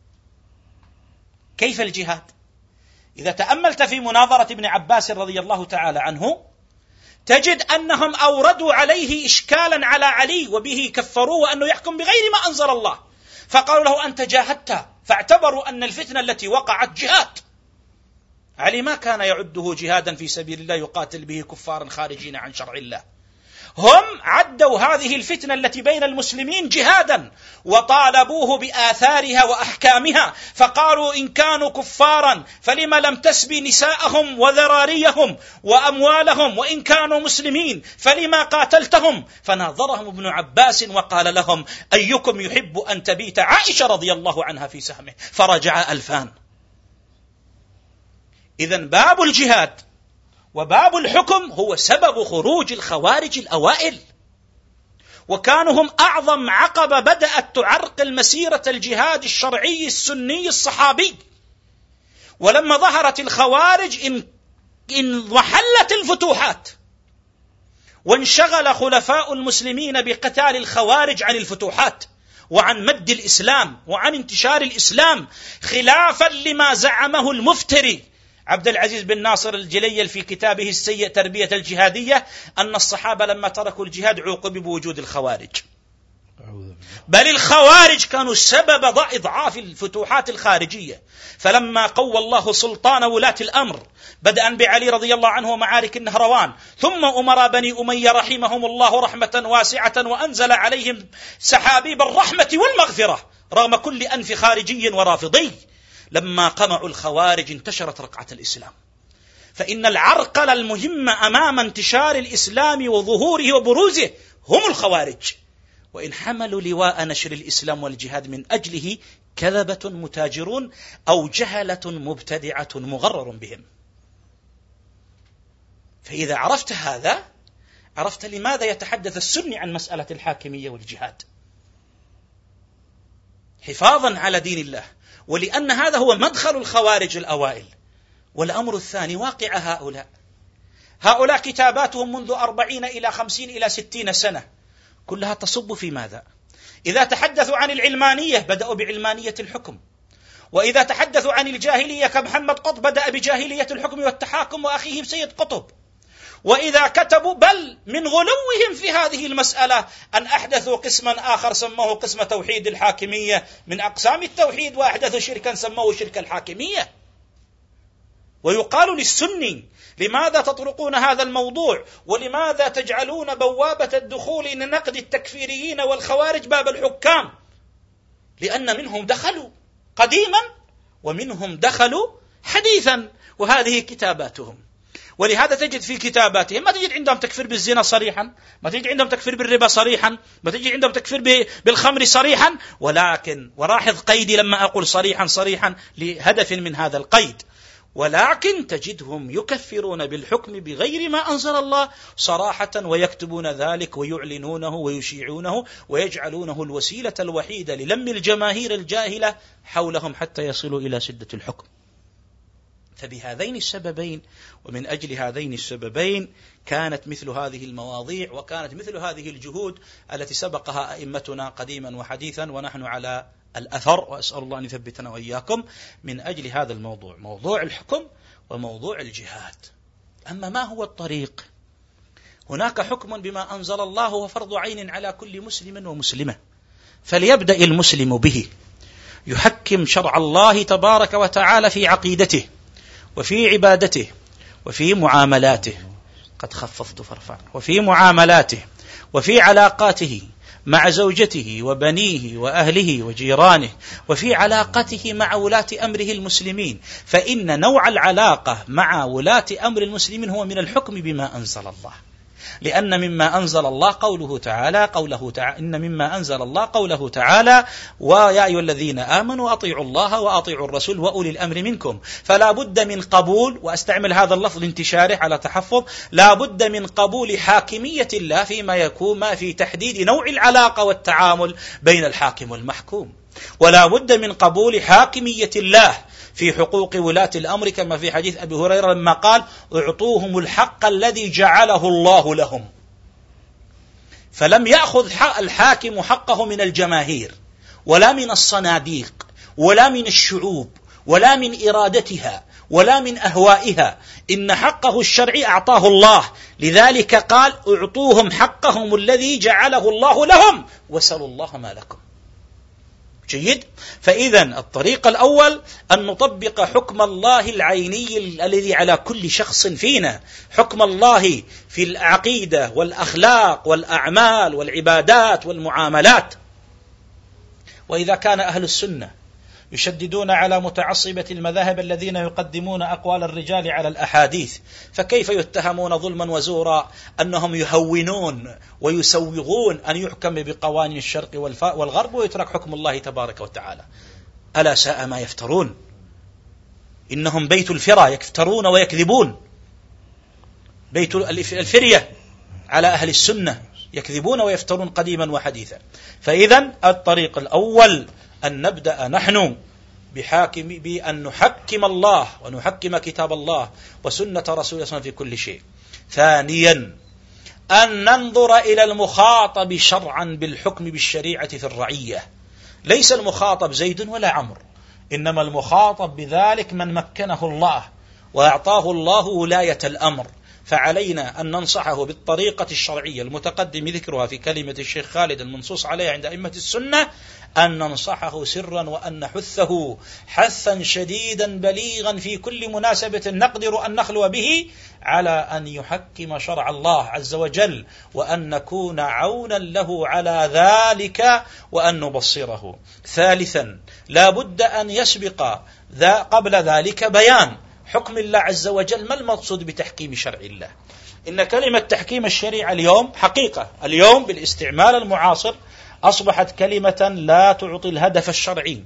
كيف الجهاد؟ إذا تأملت في مناظرة ابن عباس رضي الله تعالى عنه تجد أنهم أوردوا عليه إشكالا على علي وبه كفروه وأنه يحكم بغير ما أنزل الله، فقالوا له: أنت جاهدت، فاعتبروا أن الفتنة التي وقعت جهاد. علي ما كان يعده جهادا في سبيل الله يقاتل به كفارا خارجين عن شرع الله، هم عدوا هذه الفتنة التي بين المسلمين جهادا وطالبوه بآثارها وأحكامها، فقالوا إن كانوا كفارا فلما لم تسبي نساءهم وذراريهم وأموالهم، وإن كانوا مسلمين فلما قاتلتهم. فناظرهم ابن عباس وقال لهم أيكم يحب أن تبيت عائشة رضي الله عنها في سهمه؟ فرجع 2000. إذن باب الجهاد وباب الحكم هو سبب خروج الخوارج الأوائل، وكانوا هم أعظم عقبة بدأت تعرقل مسيرة الجهاد الشرعي السني الصحابي. ولما ظهرت الخوارج انضحلت الفتوحات، وانشغل خلفاء المسلمين بقتال الخوارج عن الفتوحات وعن مد الإسلام وعن انتشار الإسلام، خلافا لما زعمه المفتري عبد العزيز بن ناصر الجليل في كتابه السيء تربية الجهادية، أن الصحابة لما تركوا الجهاد عوقبوا بوجود الخوارج، بل الخوارج كانوا سبب إضعاف الفتوحات الخارجية. فلما قوى الله سلطان ولاة الأمر بدءا بعلي رضي الله عنه ومعارك النهروان، ثم أمراء بني أمية رحمهم الله رحمة واسعة، وأنزل عليهم سحابيب الرحمة والمغفرة رغم كل أنف خارجي ورافضي، لما قمعوا الخوارج انتشرت رقعة الإسلام. فإن العرقل المهم أمام انتشار الإسلام وظهوره وبروزه هم الخوارج، وإن حملوا لواء نشر الإسلام والجهاد من أجله كذبة متاجرون أو جهلة مبتدعة مغرر بهم. فإذا عرفت هذا عرفت لماذا يتحدث السني عن مسألة الحاكمية والجهاد، حفاظا على دين الله، ولأن هذا هو مدخل الخوارج الأوائل. والأمر الثاني واقع هؤلاء كتاباتهم منذ 40 إلى 50 إلى 60 سنة كلها تصب في ماذا؟ إذا تحدثوا عن العلمانية بدأوا بعلمانية الحكم، وإذا تحدثوا عن الجاهلية كمحمد قطب بدأ بجاهلية الحكم والتحاكم وأخيه سيد قطب، وإذا كتبوا بل من غلوهم في هذه المسألة أن أحدثوا قسما آخر سموه قسم توحيد الحاكمية من أقسام التوحيد، وأحدثوا شركا سموه شرك الحاكمية. ويقال للسني لماذا تطرقون هذا الموضوع، ولماذا تجعلون بوابة الدخول لنقد التكفيريين والخوارج باب الحكام؟ لأن منهم دخلوا قديما ومنهم دخلوا حديثا، وهذه كتاباتهم. ولهذا تجد في كتاباتهم ما تجد عندهم تكفير بالزنا صريحا، ما تجد عندهم تكفير بالربا صريحا، ما تجد عندهم تكفير بالخمر صريحا، ولكن ولاحظ قيدي لما أقول صريحا لهدف من هذا القيد، ولكن تجدهم يكفرون بالحكم بغير ما أنزل الله صراحة، ويكتبون ذلك ويعلنونه ويشيعونه ويجعلونه الوسيلة الوحيدة للم الجماهير الجاهلة حولهم حتى يصلوا إلى سدة الحكم. فبهذين السببين ومن أجل هذين السببين كانت مثل هذه المواضيع وكانت مثل هذه الجهود التي سبقها أئمتنا قديما وحديثا، ونحن على الأثر، وأسأل الله أن يثبتنا وإياكم من أجل هذا الموضوع، موضوع الحكم وموضوع الجهاد. أما ما هو الطريق؟ هناك حكم بما أنزل الله وفرض عين على كل مسلم ومسلمة، فليبدأ المسلم به، يحكم شرع الله تبارك وتعالى في عقيدته وفي عبادته وفي معاملاته، قد خففت فارفع، وفي معاملاته وفي علاقاته مع زوجته وبنيه وأهله وجيرانه، وفي علاقته مع ولاة أمره المسلمين. فإن نوع العلاقة مع ولاة أمر المسلمين هو من الحكم بما أنزل الله، لأن مما أنزل الله قوله تعالى إن مما أنزل الله قوله تعالى ويا أيها الذين آمنوا أطيعوا الله وأطيعوا الرسول وأولي الأمر منكم. فلا بد من قبول، وأستعمل هذا اللفظ لانتشاره على تحفظ، لا بد من قبول حاكمية الله فيما يكون ما في تحديد نوع العلاقة والتعامل بين الحاكم والمحكوم، ولا بد من قبول حاكمية الله في حقوق ولاة الأمر، كما في حديث أبي هريرة لما قال اعطوهم الحق الذي جعله الله لهم. فلم يأخذ الحاكم حقه من الجماهير ولا من الصناديق ولا من الشعوب ولا من إرادتها ولا من أهوائها، إن حقه الشرعي أعطاه الله، لذلك قال اعطوهم حقهم الذي جعله الله لهم وسلوا الله ما لكم. جيد. فإذا الطريق الأول أن نطبق حكم الله العيني الذي على كل شخص فينا، حكم الله في العقيدة والأخلاق والأعمال والعبادات والمعاملات. وإذا كان أهل السنة يشددون على متعصبة المذاهب الذين يقدمون أقوال الرجال على الأحاديث، فكيف يتهمون ظلما وزورا أنهم يهونون ويسوغون أن يحكم بقوانين الشرق والغرب ويترك حكم الله تبارك وتعالى؟ ألا ساء ما يفترون. إنهم بيت الفرى، يفترون ويكذبون، بيت الفرية على أهل السنة، يكذبون ويفترون قديما وحديثا. فإذا الطريق الأول أن نبدأ نحن بأن نحكم الله ونحكم كتاب الله وسنة رسول الله صلى الله عليه وسلم في كل شيء. ثانيا أن ننظر إلى المخاطب شرعا بالحكم بالشريعة في الرعية. ليس المخاطب زيد ولا عمرو، إنما المخاطب بذلك من مكنه الله وأعطاه الله ولاية الأمر، فعلينا أن ننصحه بالطريقة الشرعية المتقدم ذكرها في كلمة الشيخ خالد المنصوص عليها عند أئمة السنة، أن ننصحه سرا وأن نحثه حثا شديدا بليغا في كل مناسبة نقدر أن نخلو به على أن يحكم شرع الله عز وجل، وأن نكون عونا له على ذلك وأن نبصره. ثالثا لا بد أن يسبق قبل ذلك بيان حكم الله عز وجل. ما المقصود بتحكيم شرع الله؟ إن كلمة تحكيم الشريعة اليوم حقيقة، اليوم بالاستعمال المعاصر أصبحت كلمة لا تعطي الهدف الشرعي.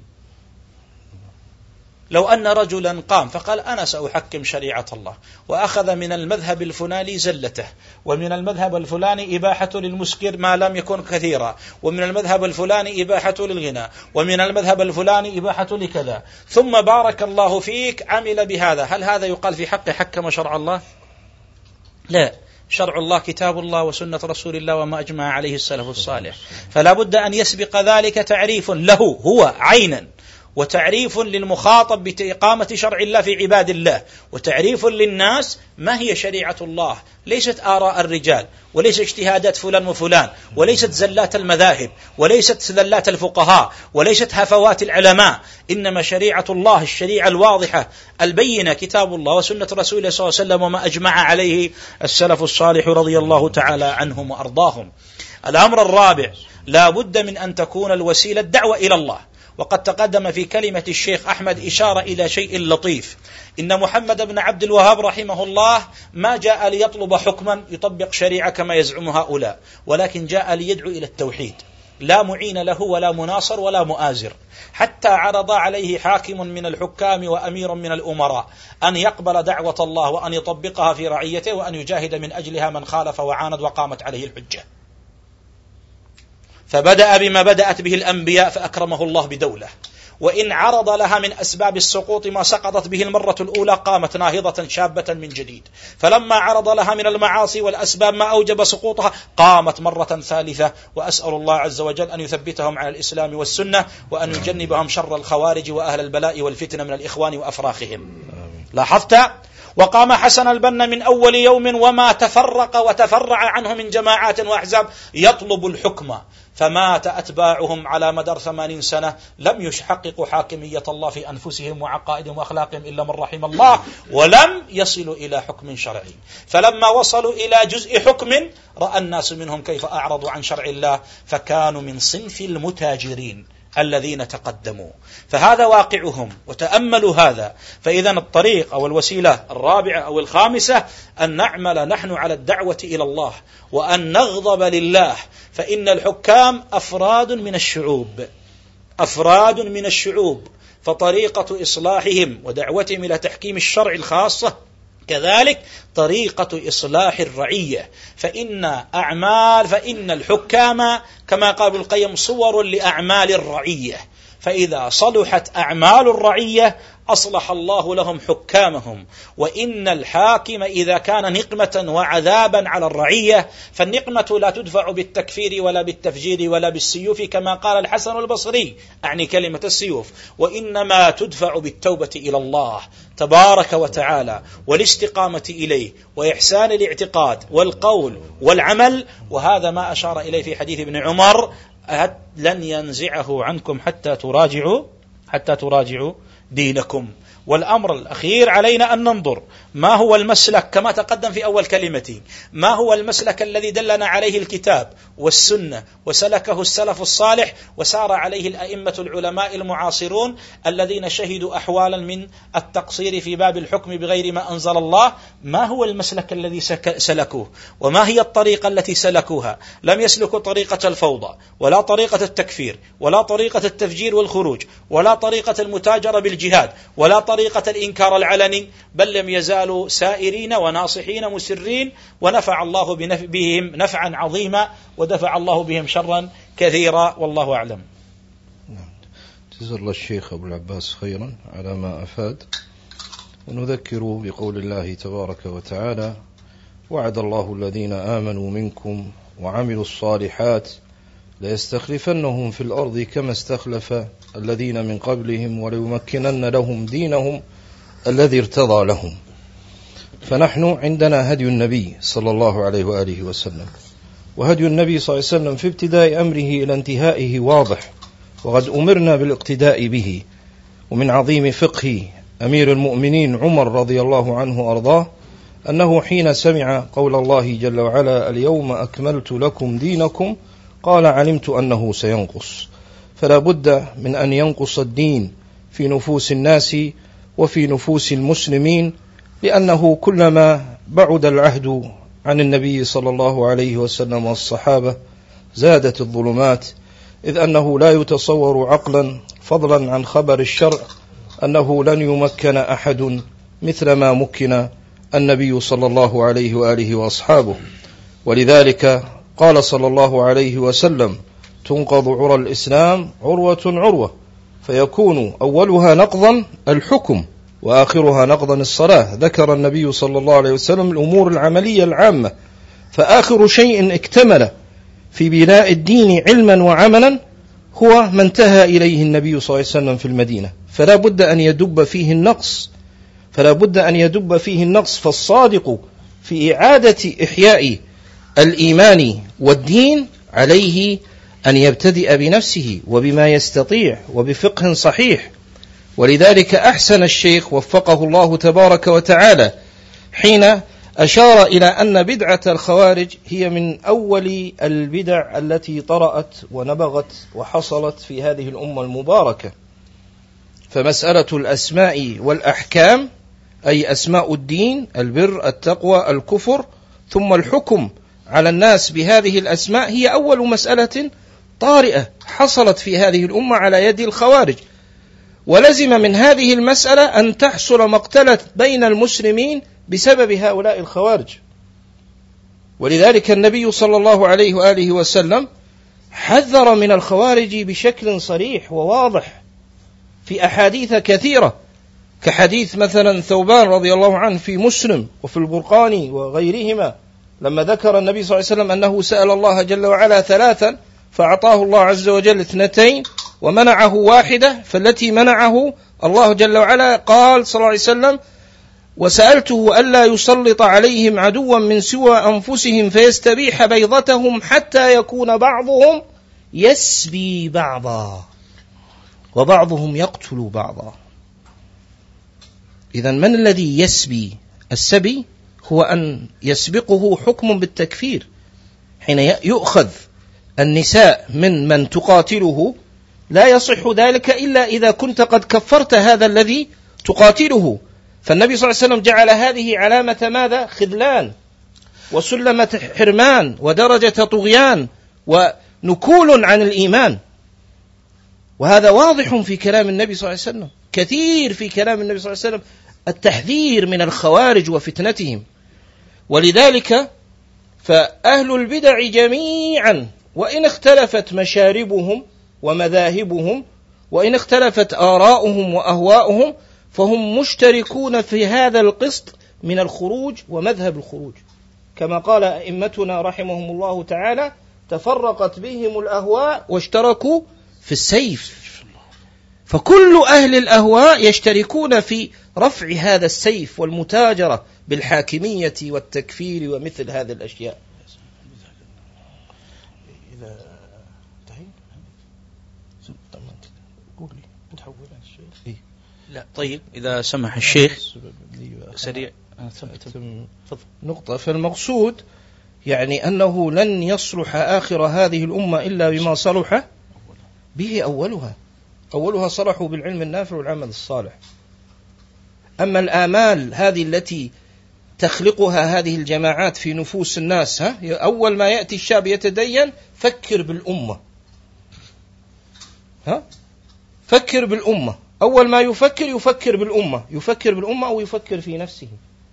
لو أن رجلا قام فقال أنا سأحكم شريعة الله، وأخذ من المذهب الفلاني زلته، ومن المذهب الفلاني إباحة للمسكر ما لم يكن كثيرا، ومن المذهب الفلاني إباحة للغنى، ومن المذهب الفلاني إباحة لكذا، ثم بارك الله فيك عمل بهذا، هل هذا يقال في حقه حكم شرع الله؟ لا، شرع الله كتاب الله وسنة رسول الله وما أجمع عليه السلف الصالح. فلا بد أن يسبق ذلك تعريف له هو عينا، وتعريف للمخاطب بإقامة شرع الله في عباد الله، وتعريف للناس ما هي شريعة الله. ليست آراء الرجال، وليست اجتهادات فلان وفلان، وليست زلات المذاهب، وليست زلات الفقهاء، وليست هفوات العلماء، إنما شريعة الله الشريعة الواضحة البينة، كتاب الله وسنة رسول الله صلى الله عليه وسلم وما أجمع عليه السلف الصالح رضي الله تعالى عنهم وأرضاهم. الأمر الرابع لا بد من أن تكون الوسيلة الدعوة إلى الله. وقد تقدم في كلمة الشيخ أحمد إشارة إلى شيء لطيف، إن محمد بن عبد الوهاب رحمه الله ما جاء ليطلب حكما يطبق شريعة كما يزعم هؤلاء، ولكن جاء ليدعو إلى التوحيد، لا معين له ولا مناصر ولا مؤازر. حتى عرض عليه حاكم من الحكام وأمير من الأمراء أن يقبل دعوة الله وأن يطبقها في رعيته وأن يجاهد من أجلها من خالف وعاند وقامت عليه الحجة. فبدأ بما بدأت به الأنبياء فأكرمه الله بدولة، وإن عرض لها من أسباب السقوط ما سقطت به المرة الأولى قامت ناهضة شابة من جديد، فلما عرض لها من المعاصي والأسباب ما أوجب سقوطها قامت مرة ثالثة. وأسأل الله عز وجل أن يثبتهم على الإسلام والسنة، وأن يجنبهم شر الخوارج وأهل البلاء والفتنة من الإخوان وأفراخهم. لاحظت؟ وقام حسن البنا من أول يوم وما تفرق وتفرع عنه من جماعات وأحزاب يطلب الحكم، فمات أتباعهم على مدار 80 سنة لم يحققوا حاكمية الله في أنفسهم وعقائدهم وأخلاقهم إلا من رحم الله، ولم يصلوا إلى حكم شرعي. فلما وصلوا إلى جزء حكم رأى الناس منهم كيف أعرضوا عن شرع الله، فكانوا من صنف المتاجرين الذين تقدموا. فهذا واقعهم، وتأملوا هذا. فإذا الطريق أو الوسيلة الرابعة أو الخامسة أن نعمل نحن على الدعوة إلى الله، وأن نغضب لله، فإن الحكام أفراد من الشعوب، أفراد من الشعوب، فطريقة إصلاحهم ودعوتهم إلى تحكيم الشرع الخاصة كذلك طريقة إصلاح الرعية. فإن الحكام كما قال ابن القيم صور لأعمال الرعية، فإذا صلحت أعمال الرعية أصلح الله لهم حكامهم. وإن الحاكم إذا كان نقمة وعذابا على الرعية، فالنقمة لا تدفع بالتكفير ولا بالتفجير ولا بالسيوف كما قال الحسن البصري، أعني كلمة السيوف، وإنما تدفع بالتوبة إلى الله تبارك وتعالى والاستقامة إليه وإحسان الاعتقاد والقول والعمل. وهذا ما أشار إليه في حديث ابن عمر لن ينزعه عنكم حتى تراجعوا دينكم. والأمر الأخير علينا أن ننظر ما هو المسلك، كما تقدم في أول كلمتي، ما هو المسلك الذي دلنا عليه الكتاب والسنة وسلكه السلف الصالح وسار عليه الأئمة العلماء المعاصرون الذين شهدوا أحوالا من التقصير في باب الحكم بغير ما أنزل الله. ما هو المسلك الذي سلكوه وما هي الطريقة التي سلكوها؟ لم يسلكوا طريقة الفوضى ولا طريقة التكفير ولا طريقة التفجير والخروج ولا طريقة المتاجرة بالجهاد ولا طريقة الإنكار العلني، بل لم يزالوا سائرين وناصحين مسرين، ونفع الله بهم نفعا عظيما ودفع الله بهم شرا كثيرا، والله أعلم. جزا الله الشيخ أبو العباس خيرا على ما أفاد. ونذكر بقول الله تبارك وتعالى: وعد الله الذين آمنوا منكم وعملوا الصالحات ليستخلفنهم في الأرض كما استخلف الذين من قبلهم وليمكنن لهم دينهم الذي ارتضى لهم. فنحن عندنا هدي النبي صلى الله عليه وآله وسلم، وهدي النبي صلى الله عليه وسلم في ابتداء أمره إلى انتهائه واضح، وقد أمرنا بالاقتداء به. ومن عظيم فقه أمير المؤمنين عمر رضي الله عنه وأرضاه أنه حين سمع قول الله جل وعلا: اليوم أكملت لكم دينكم، قال: علمت أنه سينقص، فلا بد من أن ينقص الدين في نفوس الناس وفي نفوس المسلمين، لأنه كلما بعد العهد عن النبي صلى الله عليه وسلم والصحابة زادت الظلمات، إذ أنه لا يتصور عقلا فضلا عن خبر الشرع أنه لن يمكن أحد مثل ما مكن النبي صلى الله عليه وآله وأصحابه. ولذلك قال صلى الله عليه وسلم: تنقض عرى الإسلام عروة عروة، فيكون أولها نقضا الحكم وآخرها نقضا الصلاة. ذكر النبي صلى الله عليه وسلم الأمور العملية العامة، فآخر شيء اكتمل في بناء الدين علما وعملا هو ما انتهى إليه النبي صلى الله عليه وسلم في المدينة، فلا بد أن يدب فيه النقص. فالصادق في إعادة إحياء الإيمان والدين عليه أن يبتدئ بنفسه وبما يستطيع وبفقه صحيح. ولذلك أحسن الشيخ وفقه الله تبارك وتعالى حين أشار إلى أن بدعة الخوارج هي من أول البدع التي طرأت ونبغت وحصلت في هذه الأمة المباركة. فمسألة الأسماء والأحكام، أي أسماء الدين، البر، التقوى، الكفر، ثم الحكم على الناس بهذه الأسماء، هي أول مسألة طارئة حصلت في هذه الأمة على يد الخوارج. ولزم من هذه المسألة أن تحصل مقتلة بين المسلمين بسبب هؤلاء الخوارج. ولذلك النبي صلى الله عليه وآله وسلم حذر من الخوارج بشكل صريح وواضح في أحاديث كثيرة، كحديث مثلا ثوبان رضي الله عنه في مسلم وفي البرقاني وغيرهما، لما ذكر النبي صلى الله عليه وسلم أنه سأل الله جل وعلا ثلاثا فأعطاه الله عز وجل 2 ومنعه 1، فالتي منعه الله جل وعلا قال صلى الله عليه وسلم: وسألته ألا يسلط عليهم عدوا من سوى أنفسهم فيستبيح بيضتهم حتى يكون بعضهم يسبي بعضا وبعضهم يقتل بعضا. إذن من الذي يسبي؟ السبي هو أن يسبقه حكم بالتكفير. حين يؤخذ النساء من تقاتله لا يصح ذلك إلا إذا كنت قد كفرت هذا الذي تقاتله. فالنبي صلى الله عليه وسلم جعل هذه علامة ماذا؟ خذلان وسلمة حرمان ودرجة طغيان ونكول عن الإيمان. وهذا واضح في كلام النبي صلى الله عليه وسلم، كثير في كلام النبي صلى الله عليه وسلم التحذير من الخوارج وفتنتهم. ولذلك فأهل البدع جميعا وإن اختلفت مشاربهم ومذاهبهم وإن اختلفت آراؤهم وأهواؤهم فهم مشتركون في هذا القسط من الخروج ومذهب الخروج، كما قال أئمتنا رحمهم الله تعالى: تفرقت بهم الأهواء واشتركوا في السيف. فكل أهل الأهواء يشتركون في رفع هذا السيف والمتاجرة بالحاكمية والتكفير ومثل هذه الأشياء. تحول الشيخ. لا طيب إذا سمح الشيخ سريع نقطة. فالمقصود يعني أنه لن يصلح آخر هذه الأمة إلا بما صلح به أولها صلحوا بالعلم النافع والعمل الصالح. أما الآمال هذه التي تخلقها هذه الجماعات في نفوس الناس، أول ما يأتي الشاب يتدين فكر بالأمة، فكر بالأمة، أول ما يفكر بالأمة أو يفكر في نفسه.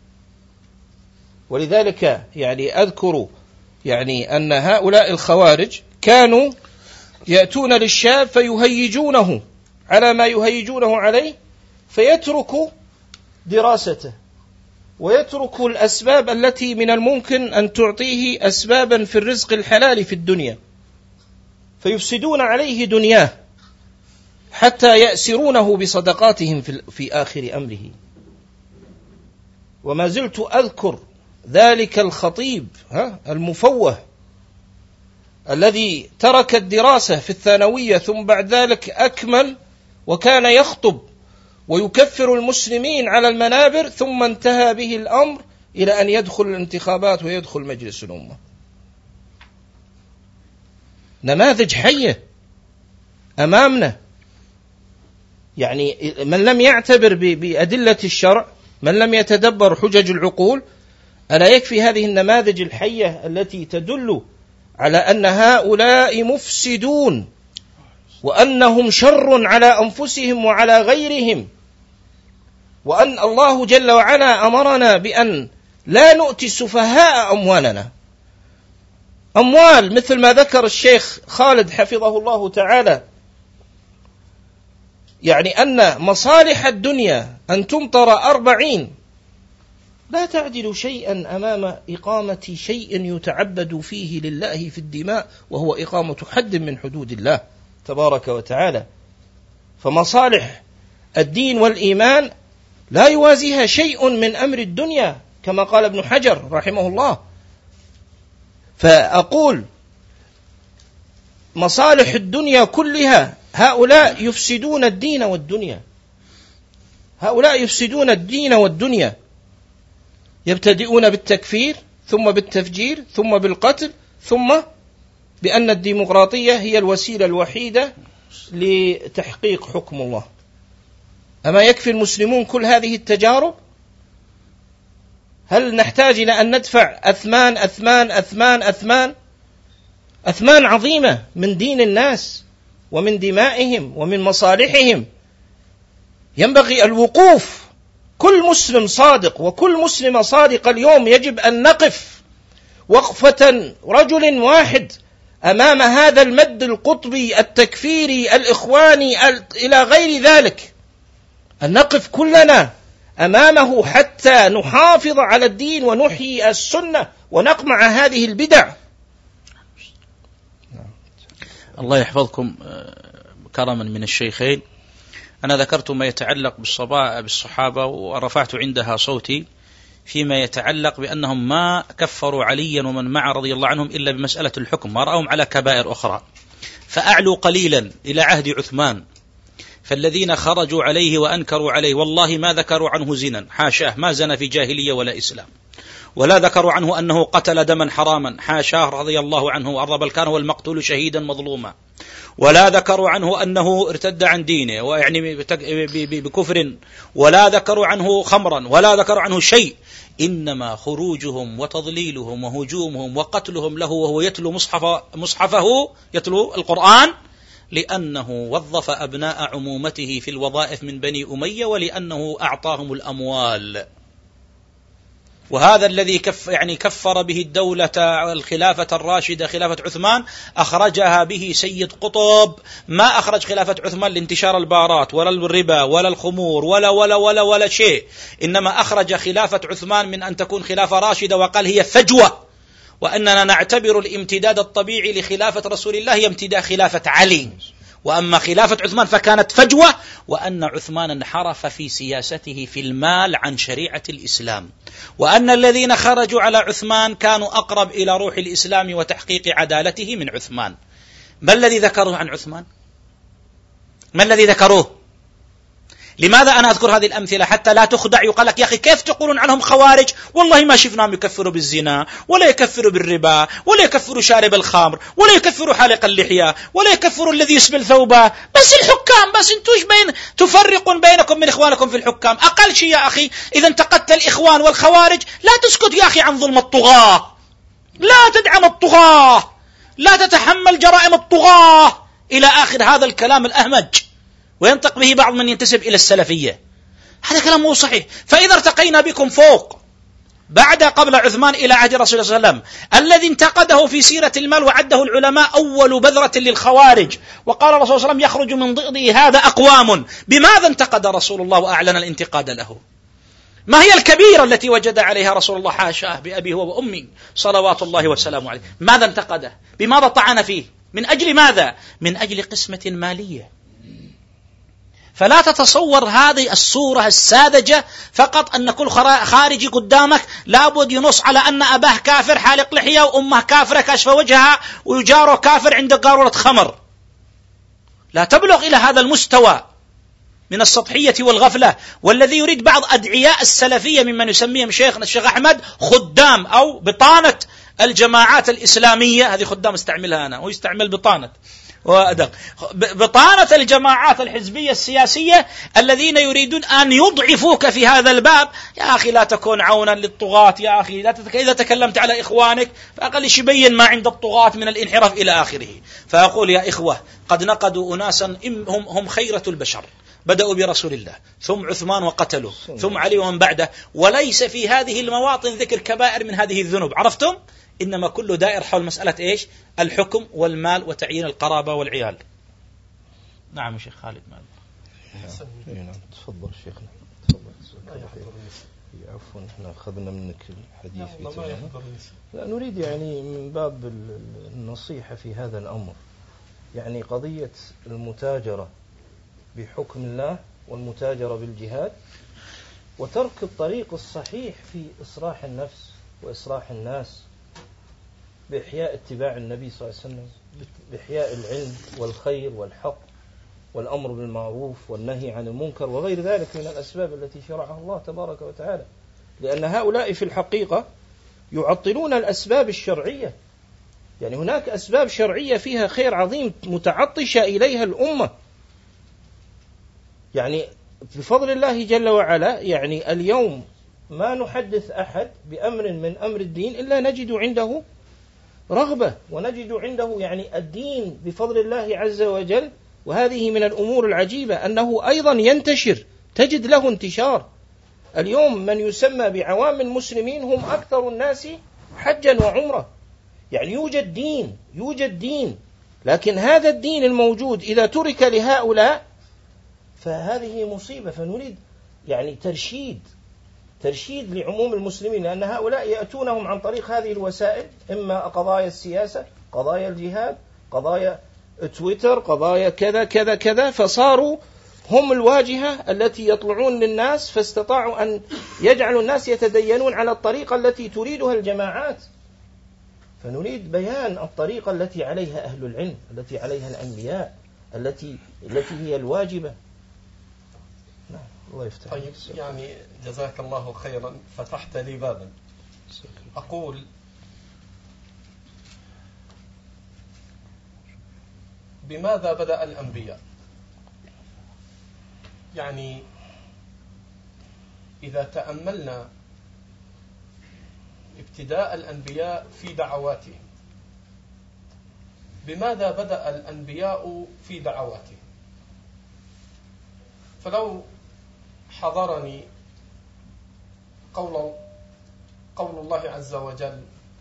ولذلك يعني أذكر يعني أن هؤلاء الخوارج كانوا يأتون للشاب فيهيجونه على ما يهيجونه عليه، فيترك دراسته ويترك الأسباب التي من الممكن أن تعطيه أسبابا في الرزق الحلال في الدنيا، فيفسدون عليه دنياه حتى يأسرونه بصدقاتهم في آخر أمره. وما زلت أذكر ذلك الخطيب المفوه الذي ترك الدراسة في الثانوية ثم بعد ذلك أكمل وكان يخطب ويكفر المسلمين على المنابر، ثم انتهى به الأمر إلى أن يدخل الانتخابات ويدخل مجلس الأمة. نماذج حية أمامنا. يعني من لم يعتبر بأدلة الشرع، من لم يتدبر حجج العقول، ألا يكفي هذه النماذج الحية التي تدل على أن هؤلاء مفسدون وأنهم شر على أنفسهم وعلى غيرهم، وأن الله جل وعلا أمرنا بأن لا نؤتي السفهاء أموالنا. أموال مثل ما ذكر الشيخ خالد حفظه الله تعالى، يعني أن مصالح الدنيا أن تمطر 40 لا تعدل شيئا أمام إقامة شيء يتعبد فيه لله في الدماء، وهو إقامة حد من حدود الله تبارك وتعالى. فمصالح الدين والإيمان لا يوازيها شيء من أمر الدنيا كما قال ابن حجر رحمه الله. فأقول مصالح الدنيا كلها هؤلاء يفسدون الدين والدنيا، هؤلاء يفسدون الدين والدنيا، يبتدئون بالتكفير ثم بالتفجير ثم بالقتل ثم بأن الديمقراطية هي الوسيلة الوحيدة لتحقيق حكم الله. أما يكفي المسلمون كل هذه التجارب؟ هل نحتاج إلى أن ندفع أثمان أثمان أثمان أثمان أثمان عظيمة من دين الناس ومن دمائهم ومن مصالحهم؟ ينبغي الوقوف. كل مسلم صادق وكل مسلمة صادقة اليوم يجب أن نقف وقفة رجل واحد أمام هذا المد القطبي التكفيري الإخواني إلى غير ذلك، أن نقف كلنا أمامه حتى نحافظ على الدين ونحيي السنة ونقمع هذه البدع. الله يحفظكم كرما من الشيخين. أنا ذكرت ما يتعلق بالصحابة ورفعت عندها صوتي فيما يتعلق بأنهم ما كفروا عليا ومن معه رضي الله عنهم إلا بمسألة الحكم، ما رأهم على كبائر أخرى، فأعلوا قليلا إلى عهد عثمان. فالذين خرجوا عليه وأنكروا عليه والله ما ذكروا عنه زنا، حاشاه، ما زنى في جاهلية ولا إسلام، ولا ذكروا عنه أنه قتل دما حراما، حاشاه رضي الله عنه وأرضى، بل كان هو المقتول شهيدا مظلوما، ولا ذكروا عنه أنه ارتد عن دينه ويعني بكفر، ولا ذكروا عنه خمرا، ولا ذكروا عنه شيء. إنما خروجهم وتضليلهم وهجومهم وقتلهم له وهو يتلو مصحفه يتلو القرآن، لأنه وظف أبناء عمومته في الوظائف من بني أمية، أعطاهم الأموال. وهذا الذي كفر به الدولة الخلافة الراشدة خلافة عثمان، أخرجها به سيد قطب. ما أخرج خلافة عثمان لانتشار البارات ولا الربا ولا الخمور ولا شيء، إنما أخرج خلافة عثمان من أن تكون خلافة راشدة، وقال هي فجوة، وأننا نعتبر الامتداد الطبيعي لخلافة رسول الله هي امتداد خلافة علي، وأما خلافة عثمان فكانت فجوة، وأن عثمان انحرف في سياسته في المال عن شريعة الإسلام، وأن الذين خرجوا على عثمان كانوا أقرب إلى روح الإسلام وتحقيق عدالته من عثمان. ما الذي ذكره عن عثمان؟ ما الذي ذكروه؟ لماذا أنا أذكر هذه الأمثلة؟ حتى لا تخدع. يقال لك يا أخي كيف تقولون عنهم خوارج؟ والله ما شفناهم يكفروا بالزنا ولا يكفروا بالربا ولا يكفروا شارب الخمر ولا يكفروا حالق اللحية ولا يكفروا الذي يسبل ثوبه، بس الحكام بس انتوش تفرقون بينكم من إخوانكم في الحكام. أقل شيء يا أخي إذا انتقدت الإخوان والخوارج لا تسكت يا أخي عن ظلم الطغاة، لا تدعم الطغاة، لا تتحمل جرائم الطغاة، إلى آخر هذا الكلام الأهمج، وينطق به بعض من ينتسب إلى السلفية. هذا كلام مو صحيح. فإذا ارتقينا بكم فوق بعد قبل عثمان إلى عهد رسول الله صلى الله عليه وسلم الذي انتقده في سيرة المال وعده العلماء أول بذرة للخوارج، وقال الرسول صلى الله عليه وسلم يخرج من ضئضه هذا أقوام، بماذا انتقد رسول الله وأعلن الانتقاد له؟ ما هي الكبيرة التي وجد عليها رسول الله حاشاه بأبي هو وأمي صلوات الله وسلامه عليه؟ ماذا انتقده؟ بماذا طعن فيه؟ من أجل ماذا؟ من أجل قسمة مالية. فلا تتصور هذه الصورة الساذجة فقط أن كل خارجي قدامك لابد ينص على أن أباه كافر حالق لحية وأمه كافرة كاشف وجهها ويجاره كافر عند قارورة خمر. لا تبلغ إلى هذا المستوى من السطحية والغفلة. والذي يريد بعض أدعياء السلفية ممن يسميهم شيخنا الشيخ أحمد خدام أو بطانة الجماعات الإسلامية، هذه خدام استعملها أنا ويستعمل بطانة وأدق، بطانة الجماعات الحزبية السياسية الذين يريدون أن يضعفوك في هذا الباب. يا أخي لا تكون عونا للطغاة، يا أخي إذا تكلمت على إخوانك فأقل شيء بين ما عند الطغاة من الانحراف إلى آخره. فأقول يا إخوة قد نقدوا أناسا هم خيرة البشر، بدأوا برسول الله ثم عثمان وقتلوا ثم علي ومن بعده، وليس في هذه المواطن ذكر كبائر من هذه الذنوب. عرفتم؟ إنما كله دائر حول مسألة إيش؟ الحكم والمال وتعيين القرابة والعيال. نعم شيخ خالد. نعم تفضل شيخنا. تفضل. عفوا احنا أخذنا منك الحديث. لا نريد يعني من باب النصيحة في هذا الأمر، يعني قضية المتاجرة بحكم الله والمتاجرة بالجهاد وترك الطريق الصحيح في إصلاح النفس وإصلاح الناس بإحياء اتباع النبي صلى الله عليه وسلم، بإحياء العلم والخير والحق والأمر بالمعروف والنهي عن المنكر وغير ذلك من الأسباب التي شرعها الله تبارك وتعالى. لأن هؤلاء في الحقيقة يعطلون الأسباب الشرعية، يعني هناك أسباب شرعية فيها خير عظيم متعطشة إليها الأمة، يعني بفضل الله جل وعلا. يعني اليوم ما نحدث أحد بأمر من أمر الدين إلا نجد عنده رغبة ونجد عنده يعني الدين بفضل الله عز وجل. وهذه من الأمور العجيبة أنه أيضا ينتشر، تجد له انتشار. اليوم من يسمى بعوام المسلمين هم أكثر الناس حجا وعمرة، يعني يوجد دين، لكن هذا الدين الموجود إذا ترك لهؤلاء فهذه مصيبة. فنريد يعني ترشيد لعموم المسلمين، لأن هؤلاء يأتونهم عن طريق هذه الوسائل، إما قضايا السياسة، قضايا الجهاد، قضايا تويتر، قضايا كذا كذا كذا، فصاروا هم الواجهة التي يطلعون للناس، فاستطاعوا أن يجعلوا الناس يتدينون على الطريقة التي تريدها الجماعات. فنريد بيان الطريقة التي عليها أهل العلم، التي عليها الأنبياء، التي هي الواجبة. الله يفتح. طيب يعني جزاك الله خيرا، فتحت لي بابا. أقول بماذا بدأ الأنبياء؟ يعني إذا تأملنا ابتداء الأنبياء في دعواتهم، بماذا بدأ الأنبياء في دعواتهم؟ فلو حضرني قول الله عز وجل: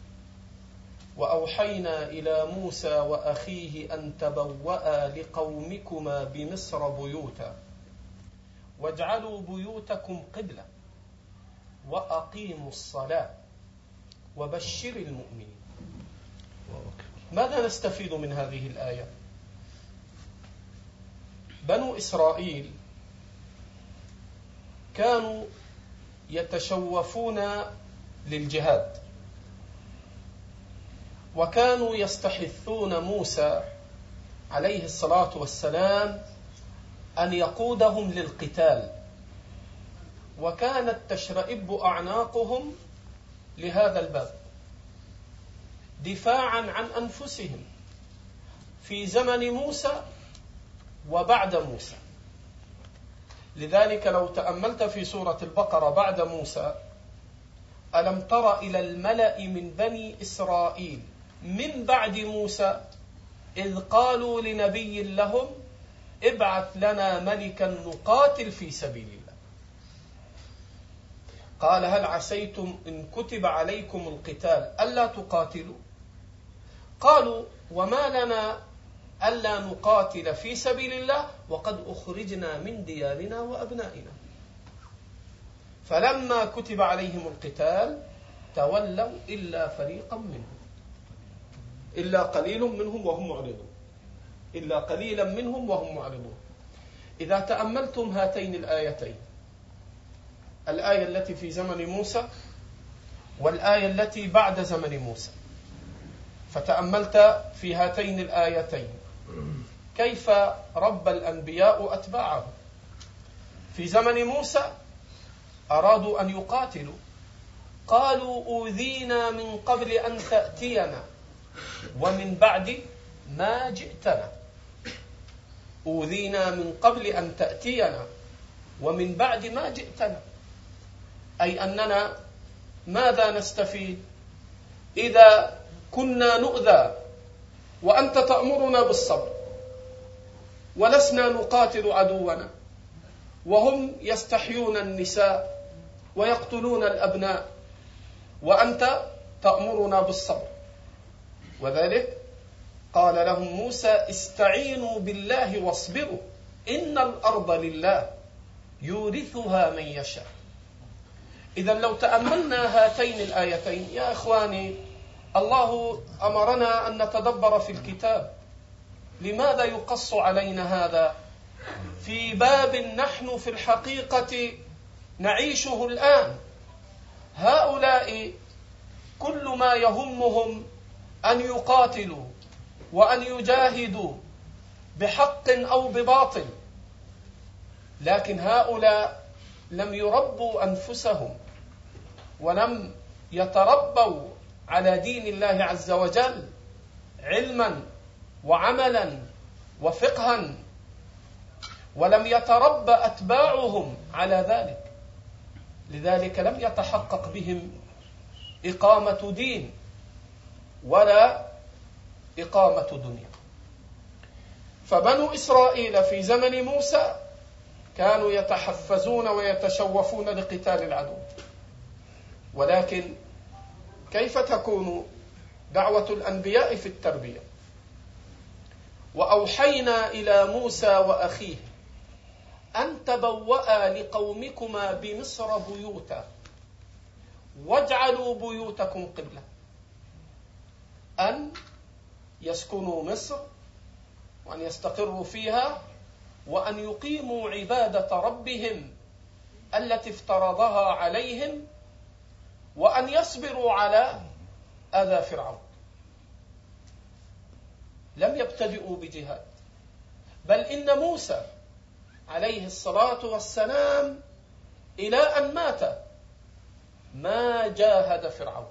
وأوحينا إلى موسى وأخيه أن تبوأ لقومكما بمصر بيوتا واجعلوا بيوتكم قبلة وأقيموا الصلاة وبشر المؤمنين. ماذا نستفيد من هذه الآية؟ بنو إسرائيل كانوا يتشوفون للجهاد، وكانوا يستحثون موسى عليه الصلاة والسلام أن يقودهم للقتال، وكانت تشرئب أعناقهم لهذا الباب دفاعا عن أنفسهم في زمن موسى وبعد موسى. لذلك لو تأملت في سورة البقرة بعد موسى: ألم تر إلى الملأ من بني إسرائيل من بعد موسى إذ قالوا لنبي لهم ابعث لنا ملكا نقاتل في سبيل الله. قال هل عسيتم إن كتب عليكم القتال ألا تقاتلوا؟ قالوا وما لنا ألا نقاتل في سبيل الله وقد أخرجنا من ديارنا وأبنائنا. فلما كتب عليهم القتال تولوا إلا فريقا منهم، إلا قليل منهم وهم معرضون، إلا قليلا منهم وهم معرضون. إذا تأملتم هاتين الآيتين، الآية التي في زمن موسى والآية التي بعد زمن موسى، فتأملت في هاتين الآيتين كيف ربى الأنبياء أتباعه. في زمن موسى أرادوا أن يقاتلوا، قالوا أوذينا من قبل أن تأتينا ومن بعد ما جئتنا. أوذينا من قبل أن تأتينا ومن بعد ما جئتنا، أي أننا ماذا نستفيد إذا كنا نؤذى وأنت تأمرنا بالصبر ولسنا نقاتل عدونا، وهم يستحيون النساء ويقتلون الأبناء وأنت تأمرنا بالصبر. وذلك قال لهم موسى استعينوا بالله واصبروا إن الأرض لله يورثها من يشاء. إذن لو تأملنا هاتين الآيتين يا إخواني، الله أمرنا أن نتدبر في الكتاب. لماذا يقص علينا هذا في باب نحن في الحقيقة نعيشه الآن؟ هؤلاء كل ما يهمهم أن يقاتلوا وأن يجاهدوا بحق أو بباطل، لكن هؤلاء لم يربوا أنفسهم ولم يتربوا على دين الله عز وجل علما وعملا وفقها، ولم يتربى أتباعهم على ذلك. لذلك لم يتحقق بهم إقامة دين ولا إقامة دنيا. فبنو إسرائيل في زمن موسى كانوا يتحفزون ويتشوفون لقتال العدو، ولكن كيف تكون دعوة الأنبياء في التربية؟ وأوحينا إلى موسى وأخيه أن تبوأ لقومكما بمصر بيوتا واجعلوا بيوتكم قبلة، أن يسكنوا مصر وأن يستقروا فيها وأن يقيموا عبادة ربهم التي افترضها عليهم، وأن يصبروا على أذى فرعون. لم يبتدئوا بجهاد، بل إن موسى عليه الصلاة والسلام إلى أن مات ما جاهد فرعون،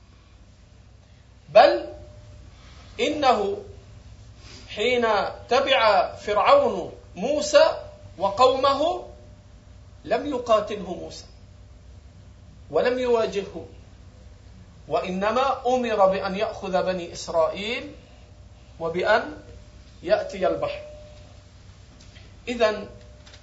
بل إنه حين تبع فرعون موسى وقومه لم يقاتله موسى ولم يواجهه، وإنما أمر بأن يأخذ بني إسرائيل وبأن يأتي البحر. إذن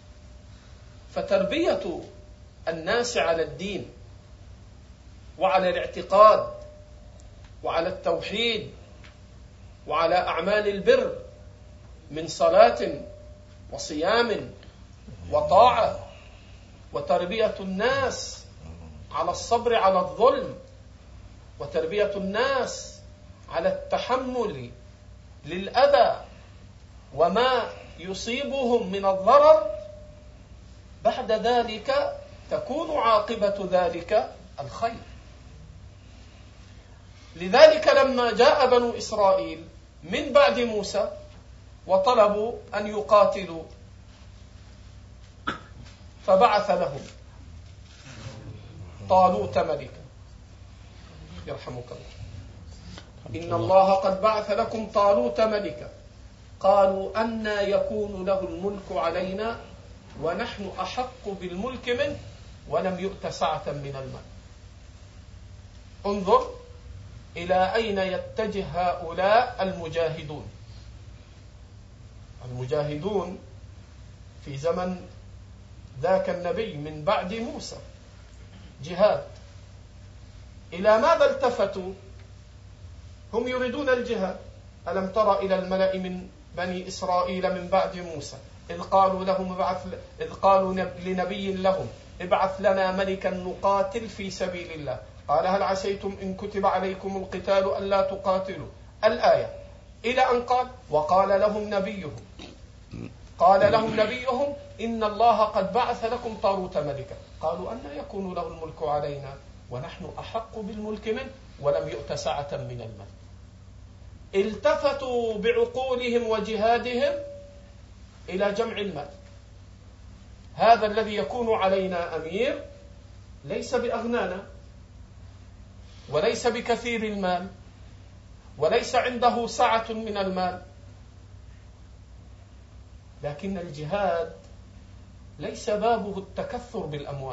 فتربية الناس على الدين وعلى الاعتقاد وعلى التوحيد وعلى أعمال البر من صلاة وصيام وطاعة، وتربية الناس على الصبر على الظلم، وتربية الناس على التحمل للأذى وما يصيبهم من الضرر، بعد ذلك تكون عاقبة ذلك الخير. لذلك لما جاء بنو إسرائيل من بعد موسى وطلبوا أن يقاتلوا فبعث لهم طالوت ملكا. يرحمك الله. إن الله قد بعث لكم طالوت ملكا قالوا أنى يكون له الملك علينا ونحن أحق بالملك منه ولم يؤت سعة من المال. انظر إلى أين يتجه هؤلاء المجاهدون. المجاهدون في زمن ذاك النبي من بعد موسى جهاد. إلى ماذا التفتوا؟ هم يريدون الجهاد. ألم تر إلى الملأ من بني إسرائيل من بعد موسى إذ قالوا لنبي لهم ابعث لنا ملكا نقاتل في سبيل الله قال هل عسيتم إن كتب عليكم القتال ألا تقاتلوا الآية، إلى أن قال وقال لهم نبيهم إن الله قد بعث لكم طالوت ملكا قالوا أن يكون له الملك علينا ونحن أحق بالملك منه ولم يؤت سعة من المال. التفتوا بعقولهم وجهادهم إلى جمع المال. هذا الذي يكون علينا أمير ليس بأغنانا وليس بكثير المال وليس عنده سعة من المال، لكن الجهاد ليس بابه التكثر بالأموال،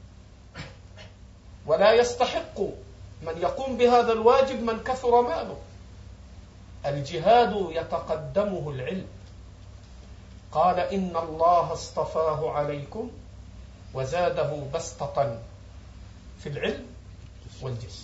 ولا يستحق من يقوم بهذا الواجب من كثر ماله. الجهاد يتقدمه العلم. قال إن الله اصطفاه عليكم وزاده بسطة في العلم والجسم.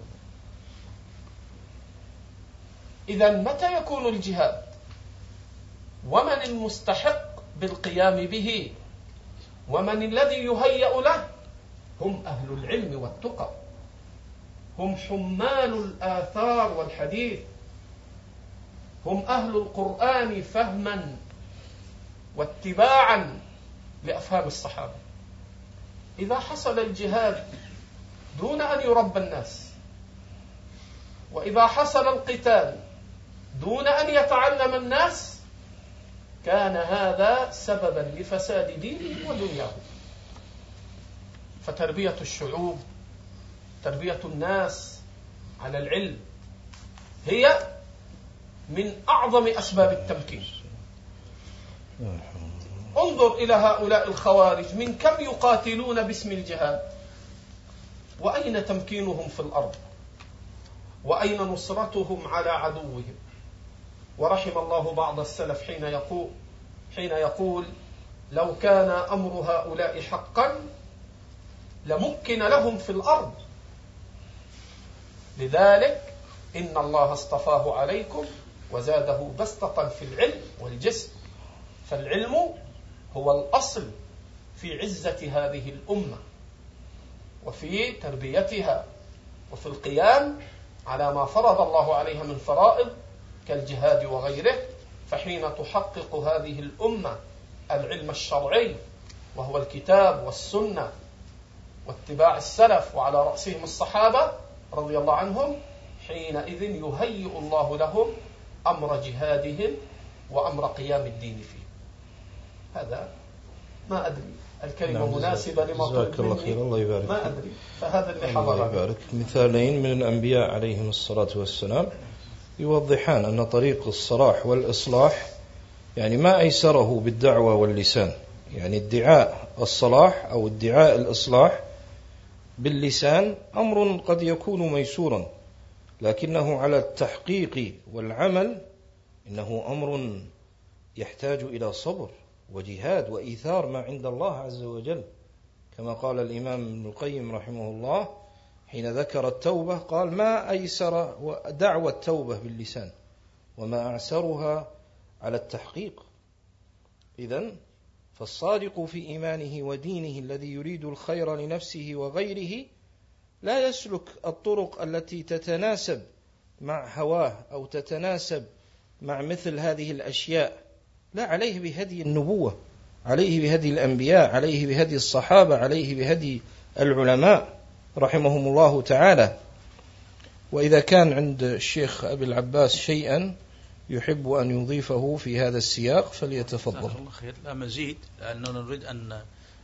إذن متى يكون الجهاد؟ ومن المستحق بالقيام به ومن الذي يهيأ له؟ هم أهل العلم والتقى، هم حمال الآثار والحديث، هم أهل القرآن فهما واتباعا لأفهام الصحابة. إذا حصل الجهاد دون أن يربى الناس، وإذا حصل القتال دون أن يتعلم الناس، كان هذا سببا لفساد دينه ودنياه. فتربية الشعوب، تربية الناس على العلم هي من أعظم أسباب التمكين. انظر إلى هؤلاء الخوارج، من كم يقاتلون باسم الجهاد، وأين تمكينهم في الأرض، وأين نصرتهم على عدوهم. ورحم الله بعض السلف حين يقول لو كان أمر هؤلاء حقا لمكن لهم في الأرض. لذلك إن الله اصطفاه عليكم وزاده بسطة في العلم والجسم. فالعلم هو الأصل في عزة هذه الأمة وفي تربيتها وفي القيام على ما فرض الله عليها من فرائض كالجهاد وغيره. فحين تحقق هذه الأمة العلم الشرعي وهو الكتاب والسنة واتباع السلف وعلى رأسهم الصحابة رضي الله عنهم، حينئذ يهيئ الله لهم أمر جهادهم وأمر قيام الدين فيه. هذا ما أدري الكلمة مناسبة لما جزاك الله خير. الله يبارك. ما أدري. فهذا اللي حضر. الله يبارك. مثالين من الأنبياء عليهم الصلاة والسلام يوضحان أن طريق الصلاح والإصلاح يعني ما أيسره بالدعوة واللسان. يعني ادعاء الصلاح أو ادعاء الإصلاح باللسان أمر قد يكون ميسورا، لكنه على التحقيق والعمل إنه أمر يحتاج إلى صبر وجهاد وإيثار ما عند الله عز وجل، كما قال الإمام ابن القيم رحمه الله حين ذكر التوبة قال ما أيسر دعوى التوبة باللسان وما أعسرها على التحقيق. إذن فالصادق في إيمانه ودينه الذي يريد الخير لنفسه وغيره لا يسلك الطرق التي تتناسب مع هواه أو تتناسب مع مثل هذه الأشياء، لا، عليه بهدي النبوة، عليه بهدي الأنبياء، عليه بهدي الصحابة، عليه بهدي العلماء رحمهم الله تعالى. وإذا كان عند الشيخ أبي العباس شيئا يحب أن يضيفه في هذا السياق فليتفضل. الله خير. لا مزيد، لأننا نريد أن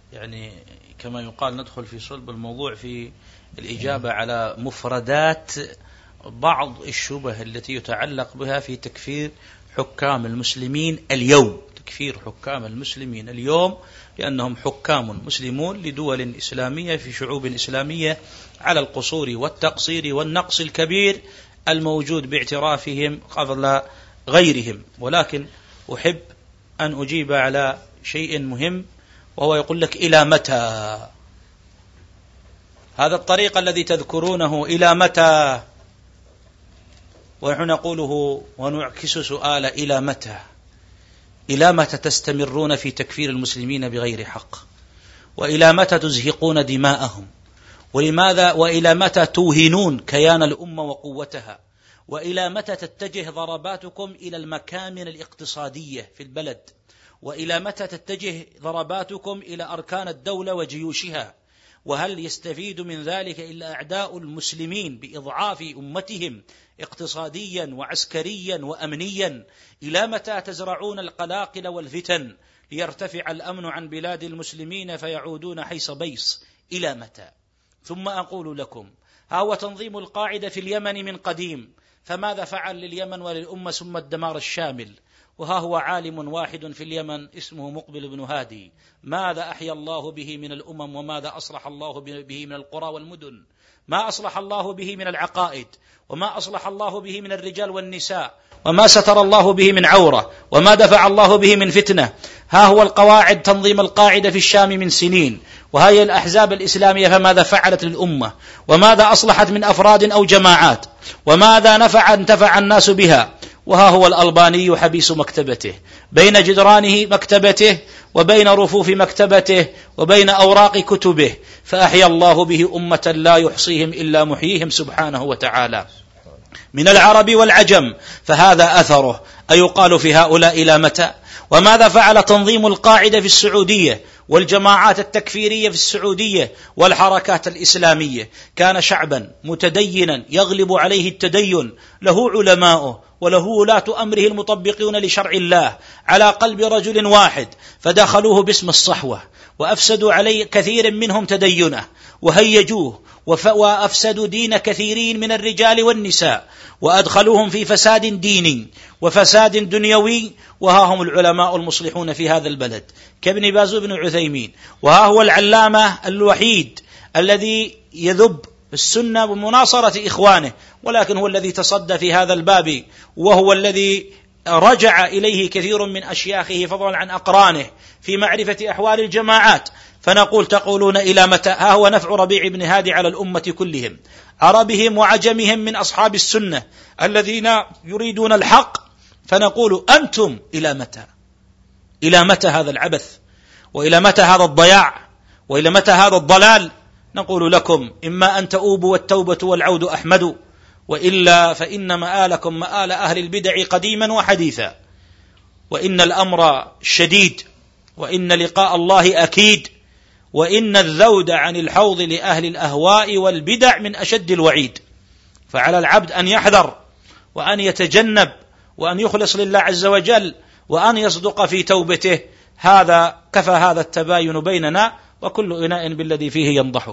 يعني كما يقال ندخل في صلب الموضوع في الإجابة على مفردات بعض الشبه التي يتعلق بها في تكفير حكام المسلمين اليوم. تكفير حكام المسلمين اليوم لأنهم حكام مسلمون لدول إسلامية في شعوب إسلامية على القصور والتقصير والنقص الكبير الموجود باعترافهم قبل غيرهم. ولكن أحب أن أجيب على شيء مهم، وهو يقول لك إلى متى هذا الطريق الذي تذكرونه؟ إلى متى؟ ونحن نقوله ونعكس سؤال إلى متى؟ إلى متى تستمرون في تكفير المسلمين بغير حق؟ وإلى متى تزهقون دماءهم؟ ولماذا وإلى متى توهنون كيان الأمة وقوتها؟ وإلى متى تتجه ضرباتكم إلى المكامن الاقتصادية في البلد؟ وإلى متى تتجه ضرباتكم إلى أركان الدولة وجيوشها؟ وهل يستفيد من ذلك إلا أعداء المسلمين بإضعاف أمتهم اقتصاديا وعسكريا وأمنيا؟ إلى متى تزرعون القلاقل والفتن ليرتفع الأمن عن بلاد المسلمين فيعودون حيث بيص؟ إلى متى؟ ثم أقول لكم، هو تنظيم القاعدة في اليمن من قديم، فماذا فعل لليمن وللأمة ثم الدمار الشامل؟ وها هو عالم واحد في اليمن اسمه مقبل بن هادي، ماذا أحيا الله به من الأمم وماذا أصلح الله به من القرى والمدن؟ ما أصلح الله به من العقائد، وما أصلح الله به من الرجال والنساء، وما ستر الله به من عورة، وما دفع الله به من فتنة. ها هو القواعد تنظيم القاعدة في الشام من سنين، وهي الأحزاب الإسلامية فماذا فعلت للأمة؟ وماذا أصلحت من أفراد أو جماعات؟ وماذا انتفع الناس بها؟ وها هو الألباني حبيس مكتبته، بين جدرانه مكتبته وبين رفوف مكتبته وبين أوراق كتبه، فأحيا الله به أمة لا يحصيهم إلا محييهم سبحانه وتعالى من العرب والعجم، فهذا أثره. أيقال في هؤلاء إلى متى؟ وماذا فعل تنظيم القاعدة في السعودية والجماعات التكفيرية في السعودية والحركات الإسلامية؟ كان شعبا متدينا يغلب عليه التدين، له علماؤه وله ولاة أمره المطبقون لشرع الله على قلب رجل واحد، فدخلوه باسم الصحوة وأفسدوا عليه كثير منهم تدينه وهيجوه وأفسدوا دين كثيرين من الرجال والنساء، وأدخلوهم في فساد ديني وفساد دنيوي. وها هم العلماء المصلحون في هذا البلد كابن باز بن عثيمين، وها هو العلامة الوحيد الذي يذب السنة بمناصرة إخوانه، ولكن هو الذي تصدى في هذا الباب، وهو الذي رجع إليه كثير من أشياخه فضلا عن أقرانه في معرفة أحوال الجماعات. فنقول تقولون إلى متى؟ ها هو نفع ربيع بن هادي على الأمة كلهم، عربهم وعجمهم من أصحاب السنة الذين يريدون الحق. فنقول أنتم إلى متى؟ إلى متى هذا العبث؟ وإلى متى هذا الضياع؟ وإلى متى هذا الضلال؟ نقول لكم إما أن تؤوبوا والتوبة والعود أحمد، وإلا فإن مآلكم مآل أهل البدع قديما وحديثا، وإن الأمر شديد، وإن لقاء الله أكيد، وإن الذود عن الحوض لأهل الأهواء والبدع من أشد الوعيد. فعلى العبد أن يحذر وأن يتجنب وأن يخلص لله عز وجل وأن يصدق في توبته. هذا كفى هذا التباين بيننا، وكل إناء بالذي فيه ينضح.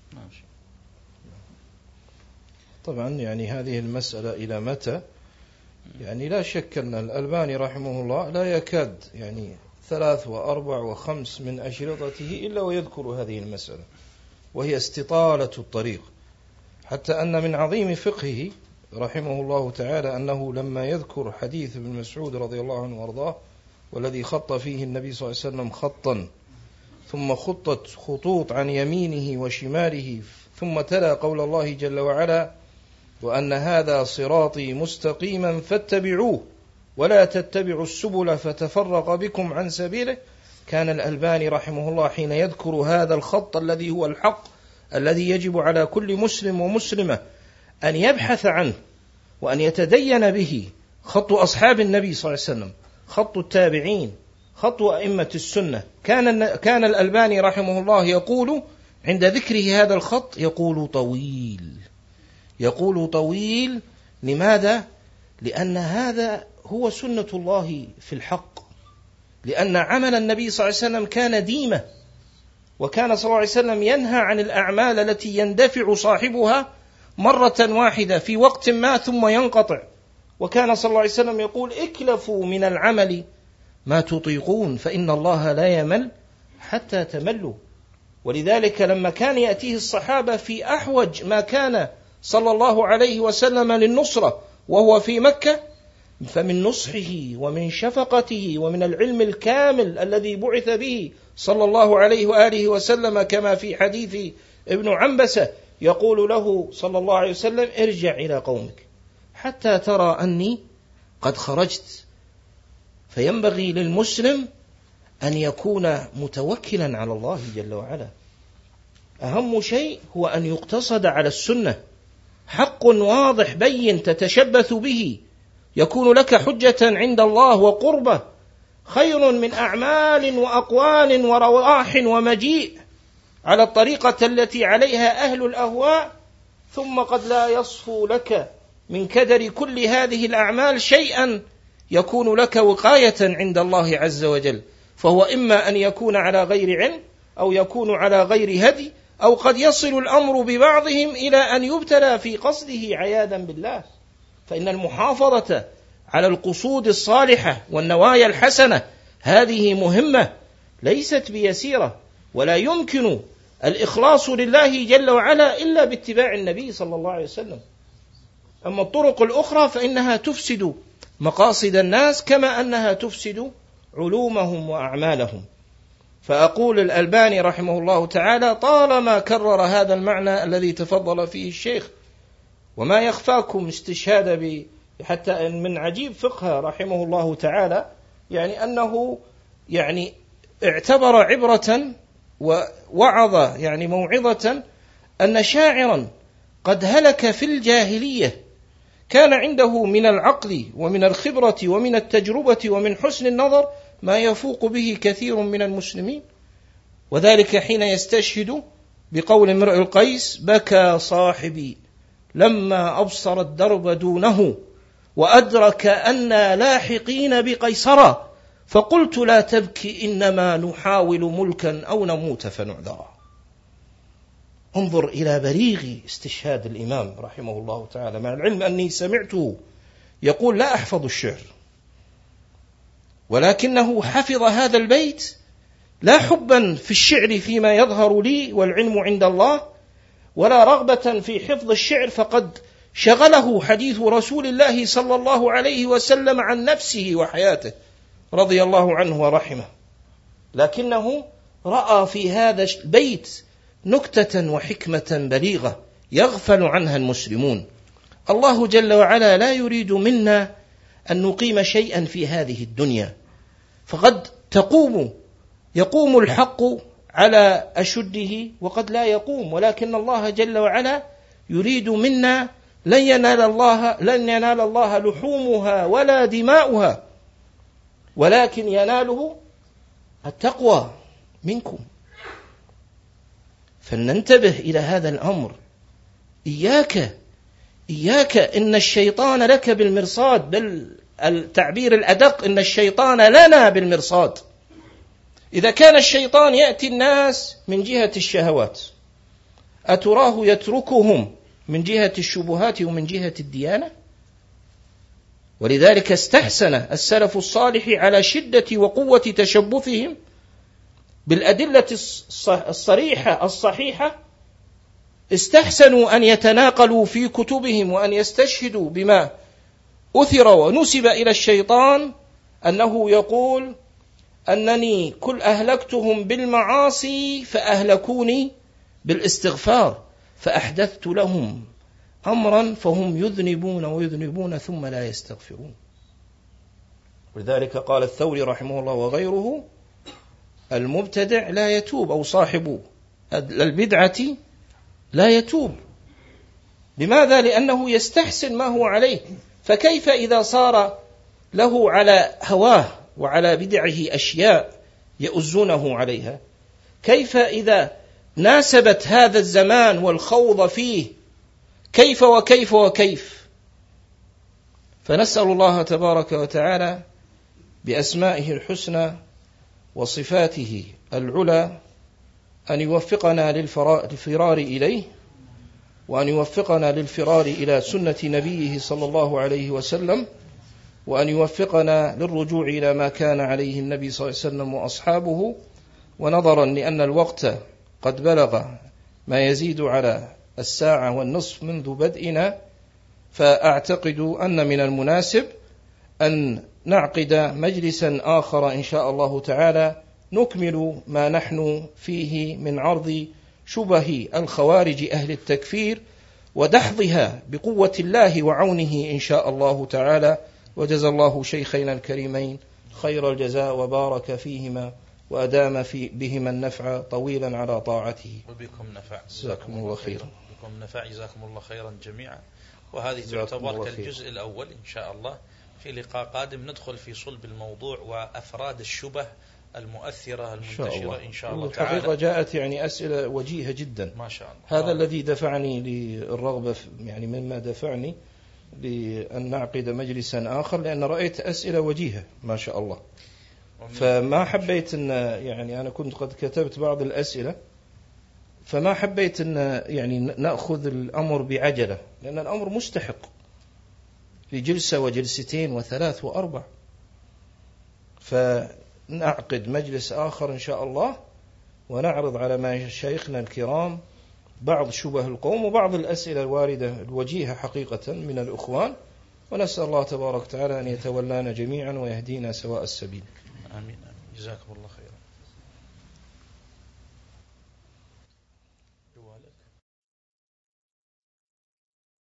طبعا يعني هذه المسألة إلى متى، يعني لا شك أن الألباني رحمه الله لا يكاد يعني 3 و4 و5 من أشرطته إلا ويذكر هذه المسألة، وهي استطالة الطريق. حتى أن من عظيم فقهه رحمه الله تعالى أنه لما يذكر حديث ابن مسعود رضي الله عنه وارضاه، والذي خط فيه النبي صلى الله عليه وسلم خطا ثم خطت خطوط عن يمينه وشماله، ثم تلا قول الله جل وعلا: وأن هذا صراطي مستقيما فاتبعوه ولا تتبعوا السبل فتفرق بكم عن سبيله. كان الألباني رحمه الله حين يذكر هذا الخط الذي هو الحق الذي يجب على كل مسلم ومسلمة أن يبحث عنه وأن يتدين به، خط أصحاب النبي صلى الله عليه وسلم، خط التابعين، خط أئمة السنة. كان الألباني رحمه الله يقول عند ذكره هذا الخط يقول طويل. لماذا؟ لأن هذا هو سنة الله في الحق، لأن عمل النبي صلى الله عليه وسلم كان ديمة، وكان صلى الله عليه وسلم ينهى عن الأعمال التي يندفع صاحبها مرة واحدة في وقت ما ثم ينقطع. وكان صلى الله عليه وسلم يقول: اكلفوا من العمل ما تطيقون فإن الله لا يمل حتى تملوا. ولذلك لما كان يأتيه الصحابة في أحوج ما كان صلى الله عليه وسلم للنصرة وهو في مكة، فمن نصحه ومن شفقته ومن العلم الكامل الذي بعث به صلى الله عليه وآله وسلم، كما في حديث ابن عنبسة يقول له صلى الله عليه وسلم: ارجع إلى قومك حتى ترى أني قد خرجت. فينبغي للمسلم أن يكون متوكلا على الله جل وعلا. أهم شيء هو أن يقتصد على السنة، حق واضح بين تتشبث به يكون لك حجة عند الله وقربة، خير من أعمال وأقوال ورواح ومجيء على الطريقة التي عليها أهل الأهواء، ثم قد لا يصفو لك من كدر كل هذه الأعمال شيئا يكون لك وقاية عند الله عز وجل. فهو إما أن يكون على غير علم أو يكون على غير هدي، أو قد يصل الأمر ببعضهم إلى أن يبتلى في قصده عياذا بالله. فإن المحافظة على القصود الصالحة والنوايا الحسنة هذه مهمة ليست بيسيرة، ولا يمكن الإخلاص لله جل وعلا إلا باتباع النبي صلى الله عليه وسلم. أما الطرق الأخرى فإنها تفسد مقاصد الناس كما أنها تفسد علومهم وأعمالهم. فأقول الألباني رحمه الله تعالى طالما كرر هذا المعنى الذي تفضل فيه الشيخ، وما يخفاكم استشهاد حتى من عجيب فقه رحمه الله تعالى، يعني أنه يعني اعتبر عبرة ووعظ يعني موعظة أن شاعرا قد هلك في الجاهلية كان عنده من العقل ومن الخبرة ومن التجربة ومن حسن النظر ما يفوق به كثير من المسلمين، وذلك حين يستشهد بقول امرئ القيس: بكى صاحبي لما أبصر الدرب دونه وأدرك أننا لاحقين بقيصرا فقلت لا تبكي إنما نحاول ملكا أو نموت فنعذرا. انظر إلى بليغ استشهاد الإمام رحمه الله تعالى، مع العلم أني سمعته يقول: لا أحفظ الشعر، ولكنه حفظ هذا البيت لا حبا في الشعر فيما يظهر لي والعلم عند الله، ولا رغبة في حفظ الشعر، فقد شغله حديث رسول الله صلى الله عليه وسلم عن نفسه وحياته رضي الله عنه ورحمه، لكنه رأى في هذا البيت نكتة وحكمة بليغة يغفل عنها المسلمون. الله جل وعلا لا يريد منا أن نقيم شيئا في هذه الدنيا، فقد يقوم الحق على أشده وقد لا يقوم، ولكن الله جل وعلا يريد منا لن ينال الله لحومها ولا دماؤها، ولكن يناله التقوى منكم. فلننتبه إلى هذا الأمر. إياك إن الشيطان لك بالمرصاد، بل التعبير الأدق إن الشيطان لنا بالمرصاد. إذا كان الشيطان يأتي الناس من جهة الشهوات، أتراه يتركهم من جهة الشبهات ومن جهة الديانة؟ ولذلك استحسن السلف الصالح على شدة وقوة تشبثهم بالأدلة الصريحة الصحيحة، استحسنوا أن يتناقلوا في كتبهم وأن يستشهدوا بما أثر ونسب إلى الشيطان أنه يقول: أنني كل أهلكتهم بالمعاصي فأهلكوني بالاستغفار، فأحدثت لهم أمرا فهم يذنبون ويذنبون ثم لا يستغفرون. ولذلك قال الثوري رحمه الله وغيره: المبتدع لا يتوب، أو صاحب البدعة لا يتوب. لماذا؟ لأنه يستحسن ما هو عليه. فكيف إذا صار له على هواه وعلى بدعه أشياء يؤزونه عليها؟ كيف إذا ناسبت هذا الزمان والخوض فيه؟ كيف وكيف وكيف؟ فنسأل الله تبارك وتعالى بأسمائه الحسنى وصفاته العلى أن يوفقنا للفرار إليه، وأن يوفقنا للفرار إلى سنة نبيه صلى الله عليه وسلم، وأن يوفقنا للرجوع إلى ما كان عليه النبي صلى الله عليه وسلم وأصحابه. ونظرا لأن الوقت قد بلغ ما يزيد على 1:30 منذ بدئنا، فأعتقد أن من المناسب أن نعقد مجلسا آخر إن شاء الله تعالى نكمل ما نحن فيه من عرض شبه الخوارج أهل التكفير ودحضها بقوة الله وعونه إن شاء الله تعالى. وجزى الله شيخينا الكريمين خير الجزاء وبارك فيهما وأدام بهما النفع طويلا على طاعته. وبكم نفع. جزاكم الله خيرا. بكم نفع. جزاكم الله خيرا جميعا. وهذه تعتبر كالجزء الأول. إن شاء الله في لقاء قادم ندخل في صلب الموضوع وأفراد الشبه المؤثرة المنتشرة إن شاء الله تعالى. الحقيقة جاءت يعني أسئلة وجيهة جدا ما شاء الله. هذا الذي دفعني للرغبة، يعني مما دفعني لأن نعقد مجلسا آخر، لأن رأيت أسئلة وجيهة ما شاء الله. فما حبيت أن يعني أنا كنت قد كتبت بعض الأسئلة، فما حبيت أن يعني نأخذ الأمر بعجلة، لأن الأمر مستحق في جلسة وجلستين وثلاث وأربع. فنعقد مجلس آخر إن شاء الله ونعرض على مشايخنا الكرام بعض شبه القوم وبعض الأسئلة الواردة الوجيهة حقيقة من الأخوان، ونسأل الله تبارك وتعالى أن يتولانا جميعا ويهدينا سواء السبيل. آمين. جزاكم الله خيرا.